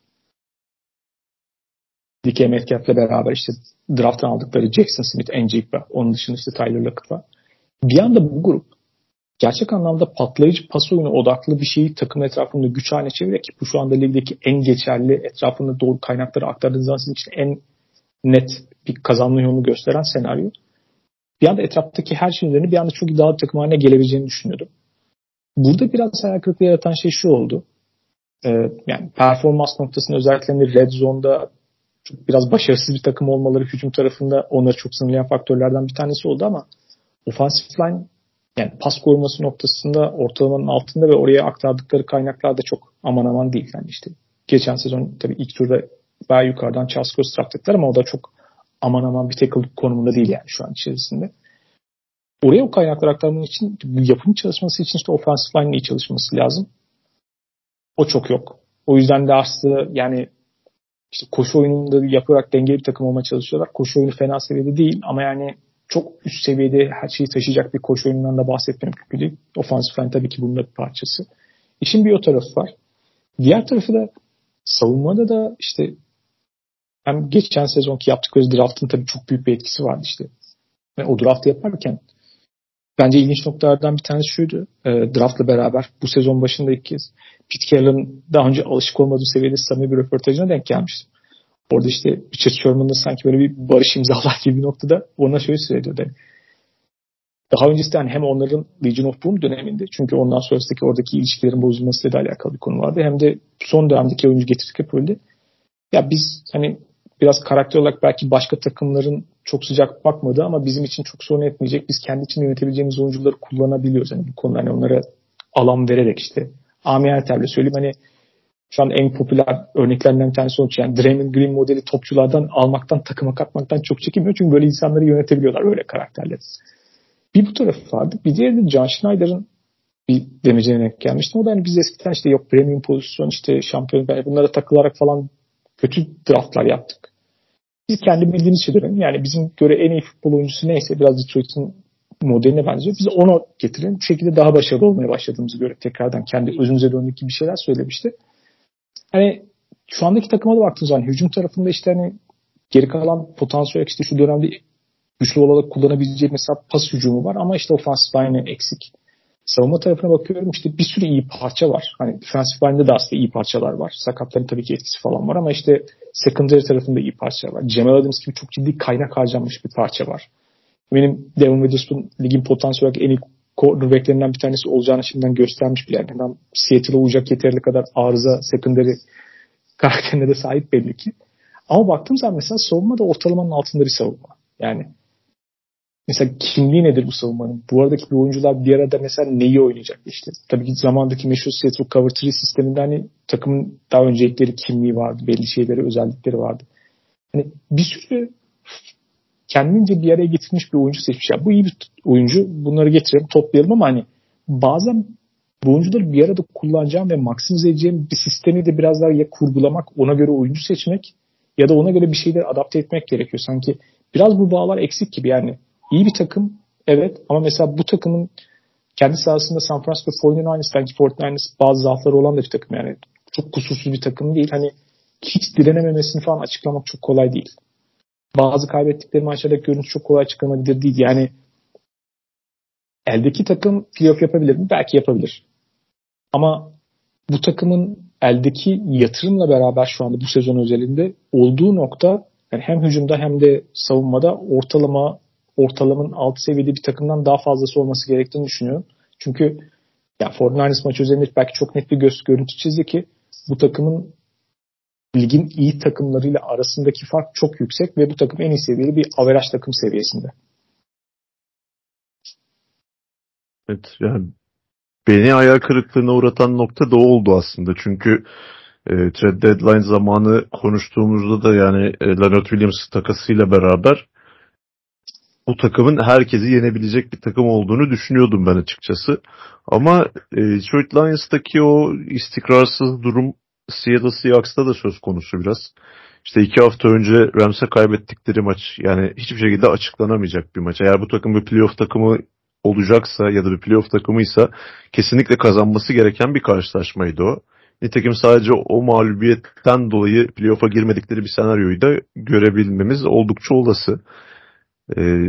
Speaker 1: D K Metcalf'le beraber işte draft'tan aldıkları Jackson Smith, N J var. Onun dışında işte Tyler Lockett var. Bir anda bu grup gerçek anlamda patlayıcı pas oyunu odaklı bir şeyi takım etrafında güç haline çeviriyor ki bu şu anda ligdeki en geçerli etrafında doğru kaynakları aktardığınız zaman sizin için en net bir kazanma yolunu gösteren senaryo. Bir anda etraftaki her şeyin üzerine bir anda çok iddialı bir takım haline gelebileceğini düşünüyordum. Burada biraz hayal kırıklığı yaratan şey şu oldu. Ee, yani performans noktasında özellikle Red Zone'da çok biraz başarısız bir takım olmaları hücum tarafında onları çok sınırlayan faktörlerden bir tanesi oldu ama offensive line yani pas koruması noktasında ortalamanın altında ve oraya aktardıkları kaynaklar da çok aman aman değil. Yani işte geçen sezon tabii ilk turda bayağı yukarıdan Charles Cross draft ettiler ama o da çok aman aman bir tackle konumunda değil yani şu an içerisinde. Oraya o kaynakları aktarmak için bu yapım çalışması için işte offensive line'in iyi çalışması lazım. O çok yok. O yüzden de aslında yani işte koşu oyununda yaparak dengeli bir takım olmaya çalışıyorlar. Koşu oyunu fena seviyede değil ama yani çok üst seviyede her şeyi taşıyacak bir koşu oyunundan da bahsetmem mümkün değil. Offensive line tabii ki bunun da bir parçası. İşin bir o tarafı var. Diğer tarafı da savunmada da işte hem geçen sezonki yaptıkları draftın tabii çok büyük bir etkisi vardı işte. Ve o draftı yaparken bence ilginç noktalardan bir tanesi şuydu. E, draftla beraber bu sezon başında ilk kez Pete Carroll'ın daha önce alışık olmadığı seviyede samimi bir röportajına denk gelmiştim. Orada işte Richard Sherman'da sanki böyle bir barış imzalar gibi bir noktada ona şöyle söylüyordu. Yani daha öncesinde hani hem onların Legion of Boom döneminde çünkü ondan sonrasındaki oradaki ilişkilerin bozulmasıyla da alakalı bir konu vardı. Hem de son dönemdeki oyuncu getirdik yapıldı. Ya biz hani biraz karakter olarak belki başka takımların çok sıcak bakmadı ama bizim için çok sorun etmeyecek. Biz kendi için yönetebileceğimiz oyuncuları kullanabiliyoruz. Yani bu konuda hani onlara alan vererek işte amiyane tabirle söyleyeyim hani şu an en popüler örneklerinden bir tanesi olmuş. Yani Draymond Green modeli topçulardan almaktan, takıma katmaktan çok çekinmiyor. Çünkü böyle insanları yönetebiliyorlar böyle karakterleri. Bir bu tarafı vardı. Bir diğeri de John Schneider'ın bir demecine denk gelmiştim. O da hani biz eskiden işte yok premium pozisyon işte şampiyon bunlara takılarak falan kötü draftlar yaptık. Biz kendi bildiğimiz şeyleri yani bizim göre en iyi futbol oyuncusu neyse biraz Detroit'in modeline benziyor. Biz onu getirelim. Bu şekilde daha başarılı olmaya başladığımızı görüp tekrardan kendi özümüze döndük gibi bir şeyler söylemişti. hani şu andaki takıma da baktığınız zaman hücum tarafında işte hani geri kalan potansiyel işte şu dönemde güçlü olarak kullanabileceği mesela pas hücumu var ama işte offensive line eksik. Savunma tarafına bakıyorum işte bir sürü iyi parça var. Hani defensive line'de de aslında iyi parçalar var. Sakatların tabii ki etkisi falan var ama işte secondary tarafında iyi parçalar var. Jamal Adams gibi çok ciddi kaynak harcanmış bir parça var. Benim Devin Witherspoon ligin potansiyel olarak en iyi cornerbacklerinden bir tanesi olacağını şimdiden göstermiş bir yerden. Seattle'a uyacak yeterli kadar arıza secondary karakterine de sahip belli ki. Ama baktığım zaman mesela savunma da ortalamanın altında bir savunma. Yani mesela kimliği nedir bu savunmanın? Bu aradaki bir oyuncular bir arada mesela neyi oynayacak işte? Tabii ki zamandaki meşhur Seattle Cover üç sisteminde hani takımın daha öncelikleri kimliği vardı. Belli şeyleri, özellikleri vardı. Hani bir sürü kendince bir araya getirmiş bir oyuncu seçmiş. Yani bu iyi bir oyuncu. Bunları getirelim, toplayalım ama hani bazen bu oyuncuları bir arada kullanacağım ve maksimize edeceğim bir sistemi de biraz daha ya kurgulamak, ona göre oyuncu seçmek ya da ona göre bir şeyleri adapte etmek gerekiyor. Sanki biraz bu bağlar eksik gibi yani. İyi bir takım evet ama mesela bu takımın kendi sahasında San Francisco kırk dokuzlar, belki kırk dokuzlar bazı zaafları olan da bir takım yani. Çok kusursuz bir takım değil. Hani hiç direnememesini falan açıklamak çok kolay değil. Bazı kaybettikleri maçlardaki görüntü çok kolay açıklanabilir değil. Yani eldeki takım playoff yapabilir mi? Belki yapabilir. Ama bu takımın eldeki yatırımla beraber şu anda bu sezon özelinde olduğu nokta yani hem hücumda hem de savunmada ortalama ortalamanın alt seviyede bir takımdan daha fazlası olması gerektiğini düşünüyorum. Çünkü ya kırk dokuzlar maçı üzerinde belki çok net bir göz görüntü çizdi ki bu takımın ligin iyi takımlarıyla arasındaki fark çok yüksek ve bu takım en iyi seviyeli bir averaj takım seviyesinde.
Speaker 2: Evet yani beni hayal kırıklığına uğratan nokta da o oldu aslında. Çünkü e, trade deadline zamanı konuştuğumuzda da yani e, Leonard Williams takasıyla beraber bu takımın herkesi yenebilecek bir takım olduğunu düşünüyordum ben açıkçası. Ama e, Detroit Lions'taki o istikrarsız durum Seattle Seahawks'ta da söz konusu biraz. İşte iki hafta önce Rams'e kaybettikleri maç yani hiçbir şekilde açıklanamayacak bir maç. Eğer bu takım bir playoff takımı olacaksa ya da bir playoff takımıysa kesinlikle kazanması gereken bir karşılaşmaydı o. Nitekim sadece o mağlubiyetten dolayı playoff'a girmedikleri bir senaryoyu da görebilmemiz oldukça olası. Ee,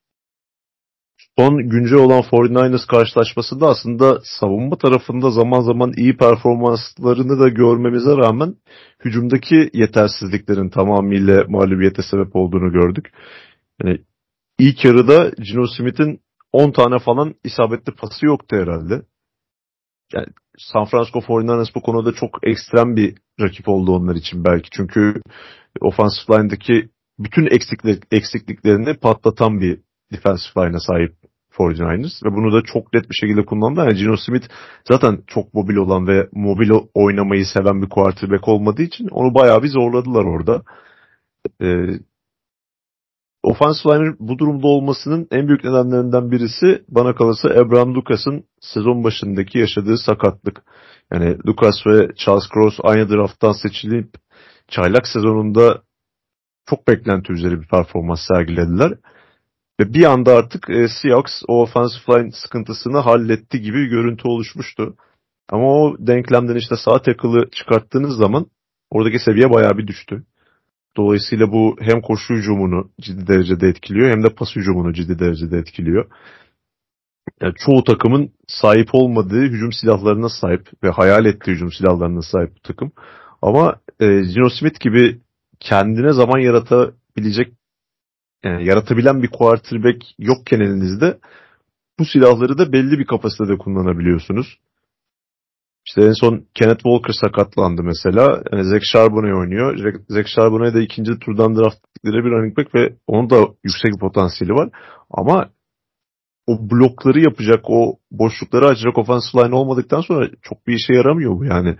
Speaker 2: Son güncel olan kırk dokuzlar karşılaşmasında aslında savunma tarafında zaman zaman iyi performanslarını da görmemize rağmen hücumdaki yetersizliklerin tamamıyla mağlubiyete sebep olduğunu gördük. Yani ilk yarıda Geno Smith'in on tane falan isabetli pası yoktu herhalde. Yani San Francisco kırk dokuzlar bu konuda çok ekstrem bir rakip oldu onlar için belki. Çünkü offensive line'daki bütün eksiklik, eksikliklerini patlatan bir defensive line'a sahip kırk dokuzlar ve bunu da çok net bir şekilde kullandı. Yani Geno Smith zaten çok mobil olan ve mobil oynamayı seven bir quarterback olmadığı için onu bayağı bir zorladılar orada. Ee, Offensive line'ın bu durumda olmasının en büyük nedenlerinden birisi bana kalırsa Abraham Lucas'ın sezon başındaki yaşadığı sakatlık. Yani Lucas ve Charles Cross aynı drafttan seçilip çaylak sezonunda çok beklenti üzeri bir performans sergilediler. Ve bir anda artık e, Seahawks o offensive line sıkıntısını halletti gibi bir görüntü oluşmuştu. Ama o denklemden işte sağ tackle'ı çıkarttığınız zaman oradaki seviye bayağı bir düştü. Dolayısıyla bu hem koşu hücumunu ciddi derecede etkiliyor hem de pas hücumunu ciddi derecede etkiliyor. Yani çoğu takımın sahip olmadığı hücum silahlarına sahip ve hayal ettiği hücum silahlarına sahip bu takım. Ama e, Geno Smith gibi kendine zaman yaratabilecek yani yaratabilen bir quarterback yokken elinizde bu silahları da belli bir kapasitede kullanabiliyorsunuz. İşte en son Kenneth Walker sakatlandı mesela. Yani Zach Charbonnet oynuyor. Zach Charbonnet de ikinci turdan draft ettikleri bir running back ve onun da yüksek bir potansiyeli var. Ama o blokları yapacak, o boşlukları açacak offensive line olmadıktan sonra çok bir işe yaramıyor bu yani.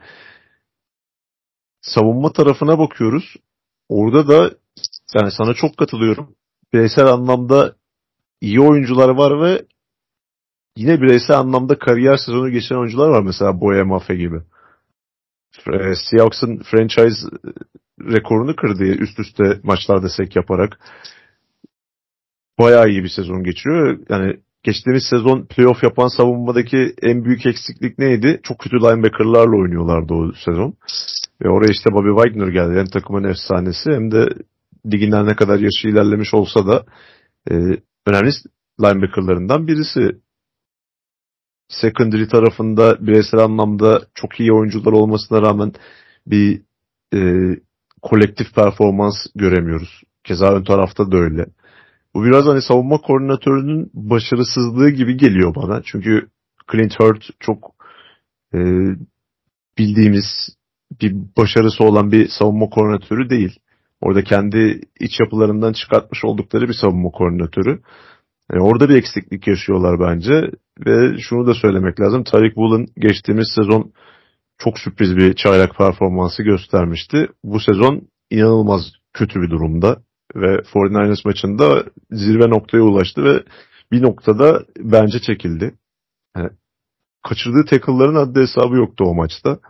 Speaker 2: Savunma tarafına bakıyoruz. Orada da yani sana çok katılıyorum. Bireysel anlamda iyi oyuncular var ve yine bireysel anlamda kariyer sezonu geçiren oyuncular var. Mesela Boye Mafe gibi. E, Seahawks'ın franchise rekorunu kırdı üst üste maçlarda sek yaparak. Bayağı iyi bir sezon geçiriyor. Yani geçtiğimiz sezon playoff yapan savunmadaki en büyük eksiklik neydi? Çok kötü linebacker'larla oynuyorlardı o sezon. Ve oraya işte Bobby Wagner geldi. Hem takımın efsanesi hem de liginden ne kadar yaşı ilerlemiş olsa da e, önemli linebacker'larından birisi. Secondary tarafında bireysel anlamda çok iyi oyuncular olmasına rağmen bir e, kolektif performans göremiyoruz. Keza ön tarafta da öyle. Bu biraz hani savunma koordinatörünün başarısızlığı gibi geliyor bana. Çünkü Clint Hurtt çok e, bildiğimiz bir başarısı olan bir savunma koordinatörü değil. Orada kendi iç yapılarından çıkartmış oldukları bir savunma koordinatörü. Yani orada bir eksiklik yaşıyorlar bence. Ve şunu da söylemek lazım. Tariq Woolen geçtiğimiz sezon çok sürpriz bir çaylak performansı göstermişti. Bu sezon inanılmaz kötü bir durumda. Ve kırk dokuzlar maçında zirve noktaya ulaştı ve bir noktada bence çekildi. Yani kaçırdığı tackle'ların haddi hesabı yoktu o maçta.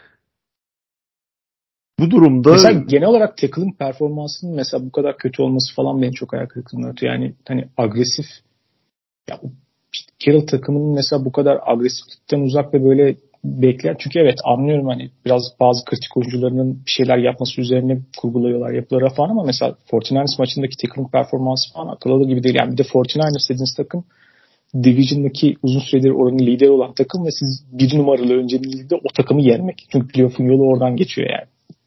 Speaker 2: Bu durumda...
Speaker 1: Mesela genel olarak tackle'ın performansının mesela bu kadar kötü olması falan beni çok ayak kırıklığına atıyor. Yani hani agresif, ya işte Carroll takımının mesela bu kadar agresiflikten uzak ve böyle bekleyen, çünkü evet anlıyorum hani biraz bazı kritik oyuncularının bir şeyler yapması üzerine kurguluyorlar yapılara falan, ama mesela kırk dokuzlar maçındaki tackling performansı falan akıl alır gibi değil. Yani bir de kırk dokuzlar dediğiniz takım Division'daki uzun süredir oranın lideri olan takım ve siz bir numaralı önceliğinde o takımı yenmek. Çünkü playoff'un yolu oradan geçiyor yani.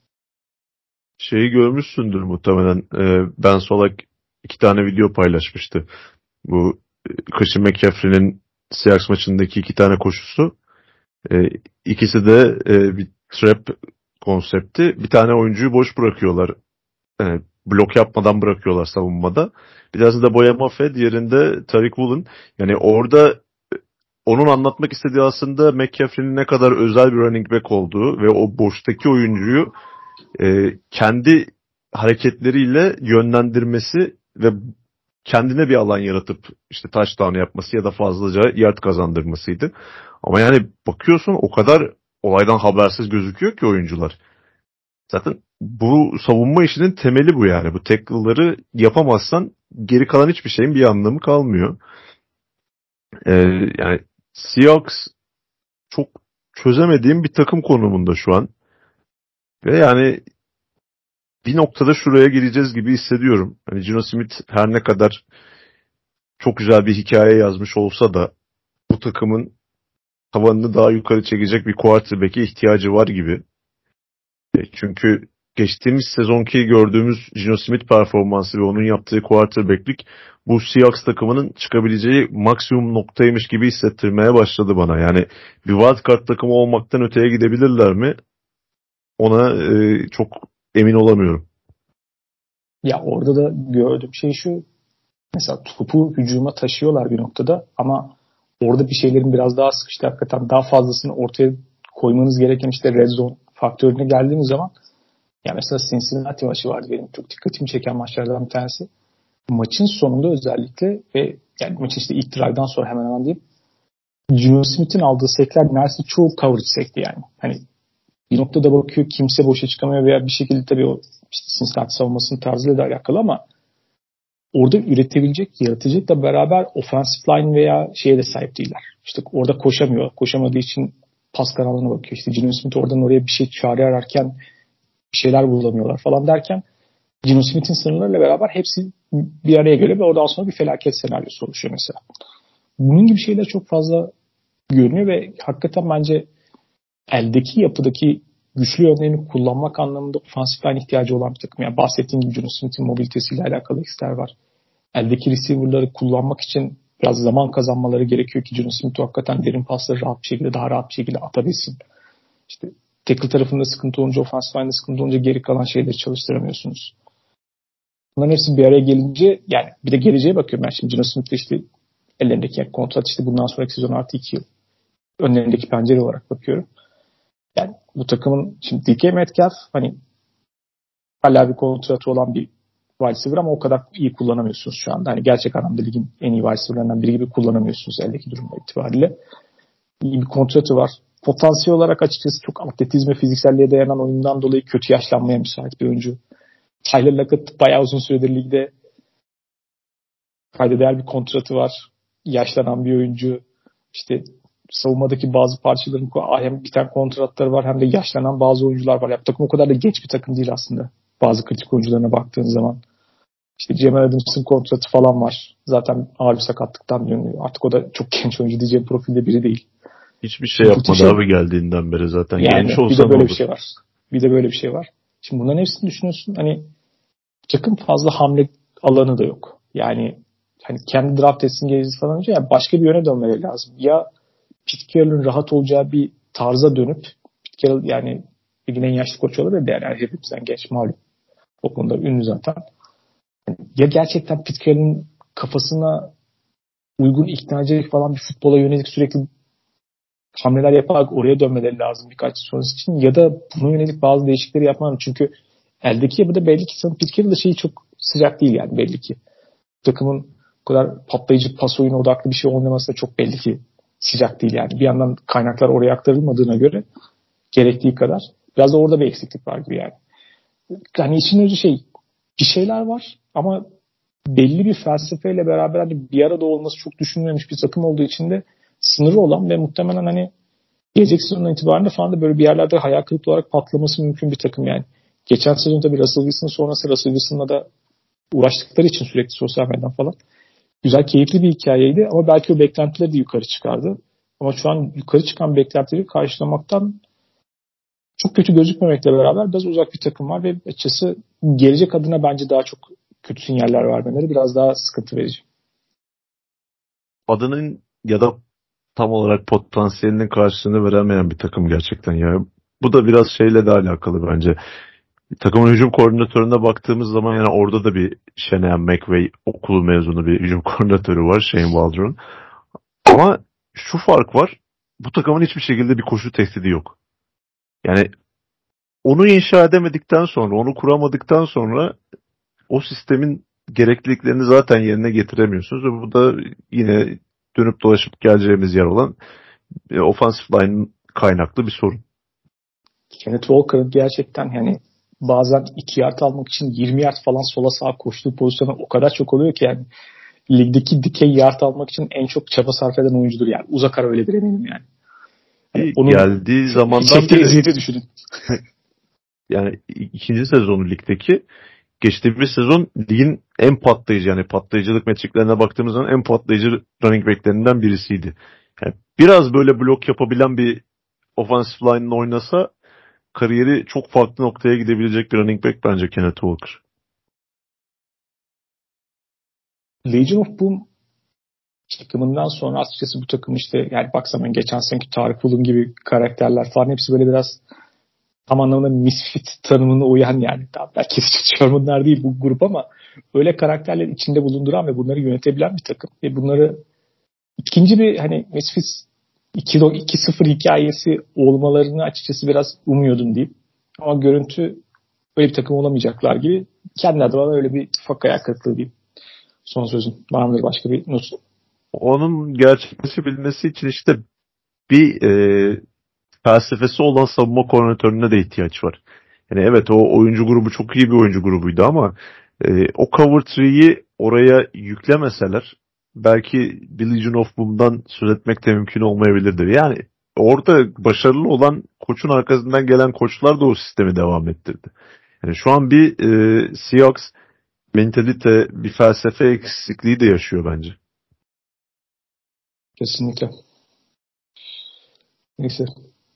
Speaker 2: Şeyi görmüşsündür muhtemelen. Ee, Ben Solak iki tane video paylaşmıştı. Bu Christian McCaffrey'nin Seahawks maçındaki iki tane koşusu. Ee, ikisi de e, bir trap konsepti. Bir tane oyuncuyu boş bırakıyorlar. E, blok yapmadan bırakıyorlar savunmada. Biraz da Boya Mafe, diğerinde Tariq Woolen. Yani orada onun anlatmak istediği aslında McCaffrey'nin ne kadar özel bir running back olduğu ve o boştaki oyuncuyu e, kendi hareketleriyle yönlendirmesi ve kendine bir alan yaratıp işte touchdown yapması ya da fazlaca yard kazandırmasıydı. Ama yani bakıyorsun o kadar olaydan habersiz gözüküyor ki oyuncular. Zaten bu savunma işinin temeli bu yani. Bu tackle'ları yapamazsan geri kalan hiçbir şeyin bir anlamı kalmıyor. Ee, Yani Seahawks çok çözemediğim bir takım konumunda şu an. Ve yani bir noktada şuraya gireceğiz gibi hissediyorum. Hani Geno Smith her ne kadar çok güzel bir hikaye yazmış olsa da bu takımın tavanını daha yukarı çekecek bir quarterback'e ihtiyacı var gibi. E, Çünkü geçtiğimiz sezonki gördüğümüz Geno Smith performansı ve onun yaptığı quarterback'lik bu Seahawks takımının çıkabileceği maksimum noktaymış gibi hissettirmeye başladı bana. Yani bir wildcard takımı olmaktan öteye gidebilirler mi? Ona e, çok emin olamıyorum.
Speaker 1: Ya orada da gördüğüm şey şu: mesela topu hücuma taşıyorlar bir noktada ama orada bir şeylerin biraz daha sıkıştı. Hakikaten daha fazlasını ortaya koymanız gereken işte red zone faktörüne geldiğimiz zaman, ya mesela Cincinnati maçı vardı benim çok dikkatimi çeken maçlardan bir tanesi. Maçın sonunda özellikle ve yani maçın işte ilk drive'dan sonra hemen hemen diyeyim, Geno Smith'in aldığı sekler neredeyse çoğu coverage sekti yani. Hani bir noktada bakıyor kimse boşa çıkamıyor veya bir şekilde tabii o işte Cincinnati savunmasının tarzıyla da alakalı, ama orada üretebilecek, yaratıcılıkla beraber offensive line veya şeye de sahip değiller. İşte orada koşamıyor. Koşamadığı için pas kanalına bakıyor. İşte Geno Smith oradan oraya bir şey çare ararken bir şeyler bulamıyorlar falan derken Geno Smith'in sınırlarıyla beraber hepsi bir araya geliyor ve oradan sonra bir felaket senaryosu oluşuyor mesela. Bunun gibi şeyler çok fazla görünüyor ve hakikaten bence eldeki yapıdaki güçlü yönlerini kullanmak anlamında offensive line ihtiyacı olan bir takım. Yani bahsettiğim gibi Geno Smith'in mobilitesiyle alakalı ister var. Eldeki receiver'ları kullanmak için biraz zaman kazanmaları gerekiyor ki Geno Smith hakikaten derin pasları rahat bir şekilde, daha rahat bir şekilde atabilsin. İşte tackle tarafında sıkıntı olunca, offensive line'da sıkıntı olunca geri kalan şeyleri çalıştıramıyorsunuz. Bunların hepsi bir araya gelince, yani bir de geleceğe bakıyorum ben şimdi. Geno Smith'le işte ellerindeki kontrat işte bundan sonraki sezon artı iki yıl. Önlerindeki pencere olarak bakıyorum. Yani bu takımın şimdi D K Metcalf hani hala bir kontratı olan bir wide receiver ama o kadar iyi kullanamıyorsunuz şu anda. Hani gerçek anlamda ligin en iyi wide receiver'larından biri gibi kullanamıyorsunuz eldeki durumda itibariyle. İyi bir kontratı var. Potansiyel olarak açıkçası çok atletizme, fizikselliğe dayanan oyundan dolayı kötü yaşlanmaya müsait bir oyuncu. Tyler Lockett bayağı uzun süredir ligde, kayda değer bir kontratı var. Yaşlanan bir oyuncu. İşte savunmadaki bazı parçaların hem biten kontratları var hem de yaşlanan bazı oyuncular var. Ya, takım o kadar da genç bir takım değil aslında. Bazı kritik oyuncularına baktığın zaman. İşte Jamal Adams'ın kontratı falan var. Zaten ağır bir sakatlıktan dönüyor. Artık o da çok genç oyuncu diyeceğim profilde biri değil.
Speaker 2: Hiçbir şey
Speaker 1: Şimdi
Speaker 2: yapmadı
Speaker 1: şey,
Speaker 2: abi geldiğinden beri zaten.
Speaker 1: yani
Speaker 2: Genç
Speaker 1: bir
Speaker 2: olsa
Speaker 1: de
Speaker 2: ne
Speaker 1: böyle
Speaker 2: olur?
Speaker 1: bir şey var. Bir de böyle bir şey var. Şimdi bunların hepsini düşünüyorsun. Hani takım fazla hamle alanı da yok. Yani hani kendi draft etsin geliriz falan önce yani başka bir yöne dönmeleri lazım. Ya Pete Carroll'ın rahat olacağı bir tarza dönüp Pete Carroll yani ligin en yaşlı koçu olabilir de yani hepimizden geç malum. O konuda ünlü zaten. Ya gerçekten Pete Carroll'ın kafasına uygun ikna edecek falan bir futbola yönelik sürekli hamleler yaparak oraya dönmeleri lazım birkaç yıl sonrası için. Ya da buna yönelik bazı değişiklikleri yapmaları. Çünkü eldeki yapıda belli ki sanırım Pete Carroll'da şeyi çok sıcak değil yani belli ki. Takımın bu kadar patlayıcı pas oyunu odaklı bir şey olmaması da çok belli ki sıcak değil yani. Bir yandan kaynaklar oraya aktarılmadığına göre gerektiği kadar biraz da orada bir eksiklik var gibi yani. Yani için önce şey bir şeyler var ama belli bir felsefeyle beraber hani bir arada olması çok düşünülmemiş bir takım olduğu için de sınırı olan ve muhtemelen hani gelecek sezondan itibaren de falan da böyle bir yerlerde hayal kırıklığı olarak patlaması mümkün bir takım yani. Geçen sezon tabii Russell Wilson sonrası Russell Wilson'la da uğraştıkları için sürekli sosyal medyadan falan güzel, keyifli bir hikayeydi ama belki o beklentileri de yukarı çıkardı. Ama şu an yukarı çıkan beklentileri karşılamaktan çok kötü gözükmemekle beraber biraz uzak bir takım var ve açıkçası gelecek adına bence daha çok kötü sinyaller vermeleri biraz daha sıkıntı verici.
Speaker 2: Adının ya da tam olarak potansiyelinin karşılığını veremeyen bir takım gerçekten ya. Bu da biraz şeyle de alakalı bence. Takımın hücum koordinatörüne baktığımız zaman yani orada da bir Shanahan McVay okulu mezunu bir hücum koordinatörü var, Shane Waldron. Ama şu fark var. Bu takımın hiçbir şekilde bir koşu tehdidi yok. Yani onu inşa edemedikten sonra, onu kuramadıktan sonra o sistemin gerekliliklerini zaten yerine getiremiyorsunuz. Ve bu da yine dönüp dolaşıp geleceğimiz yer olan e, offensive line kaynaklı bir sorun.
Speaker 1: Kenneth Walker'ın gerçekten yani bazen iki yard almak için yirmi yard falan sola sağa koştuğu pozisyonu o kadar çok oluyor ki yani ligdeki dikey yard almak için en çok çaba sarf eden oyuncudur yani. Uzak ara öyledir eminim yani. yani
Speaker 2: Bir
Speaker 1: onun
Speaker 2: geldiği zamandan
Speaker 1: çektiği
Speaker 2: beri
Speaker 1: eziyeti düşünün.
Speaker 2: yani ikinci sezonu ligdeki geçtiğimiz sezon ligin en patlayıcı yani patlayıcılık metriklerine baktığımız zaman en patlayıcı running back'lerinden birisiydi. Yani biraz böyle blok yapabilen bir offensive line'la oynasa kariyeri çok farklı noktaya gidebilecek bir running back bence Kenneth Walker.
Speaker 1: Legion of Boom çıkımından sonra açıkçası bu takım işte yani baksana geçen seneki Tarık Bulun gibi karakterler falan hepsi böyle biraz tam anlamda misfit tanımına uyan yani. Tamam, belki Sherman'lar değil bu grup ama öyle karakterler içinde bulunduran ve bunları yönetebilen bir takım. Ve bunları ikinci bir hani misfit iki sıfır hikayesi olmalarını açıkçası biraz umuyordum diyeyim. Ama görüntü öyle bir takım olamayacaklar gibi. Kendi adıma öyle bir ufak ayak kırıklığı diyeyim. Son sözüm. Var mıdır başka bir not?
Speaker 2: Onun gerçekleşebilmesi için işte bir e, felsefesi olan savunma koordinatörüne de ihtiyaç var. Yani evet o oyuncu grubu çok iyi bir oyuncu grubuydu ama e, o cover three'yi oraya yüklemeseler belki The Legion of Boom'dan söz etmek de mümkün olmayabilirdi. Yani orada başarılı olan koçun arkasından gelen koçlar da o sistemi devam ettirdi. Yani şu an bir e, Seahawks mentalite, bir felsefe eksikliği de yaşıyor bence.
Speaker 1: Kesinlikle. Neyse.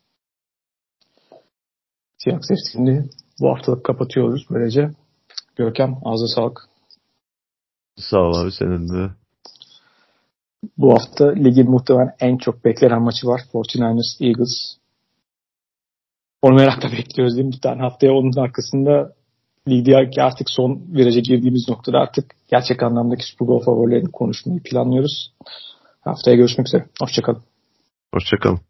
Speaker 1: Siyah Sefti'ni bu haftalık kapatıyoruz böylece. Görkem ağzına sağlık.
Speaker 2: Sağ ol abi senin de.
Speaker 1: Bu hafta ligin muhtemelen en çok beklenen maçı var. kırk dokuz ers Eagles. Onu merakla bekliyoruz değil mi? Bir tane haftaya onun arkasında ligdeki artık son viraja girdiğimiz noktada artık gerçek anlamdaki Super Bowl favorilerini konuşmayı planlıyoruz. Haftaya görüşmek üzere. Hoşçakalın.
Speaker 2: Hoşçakalın.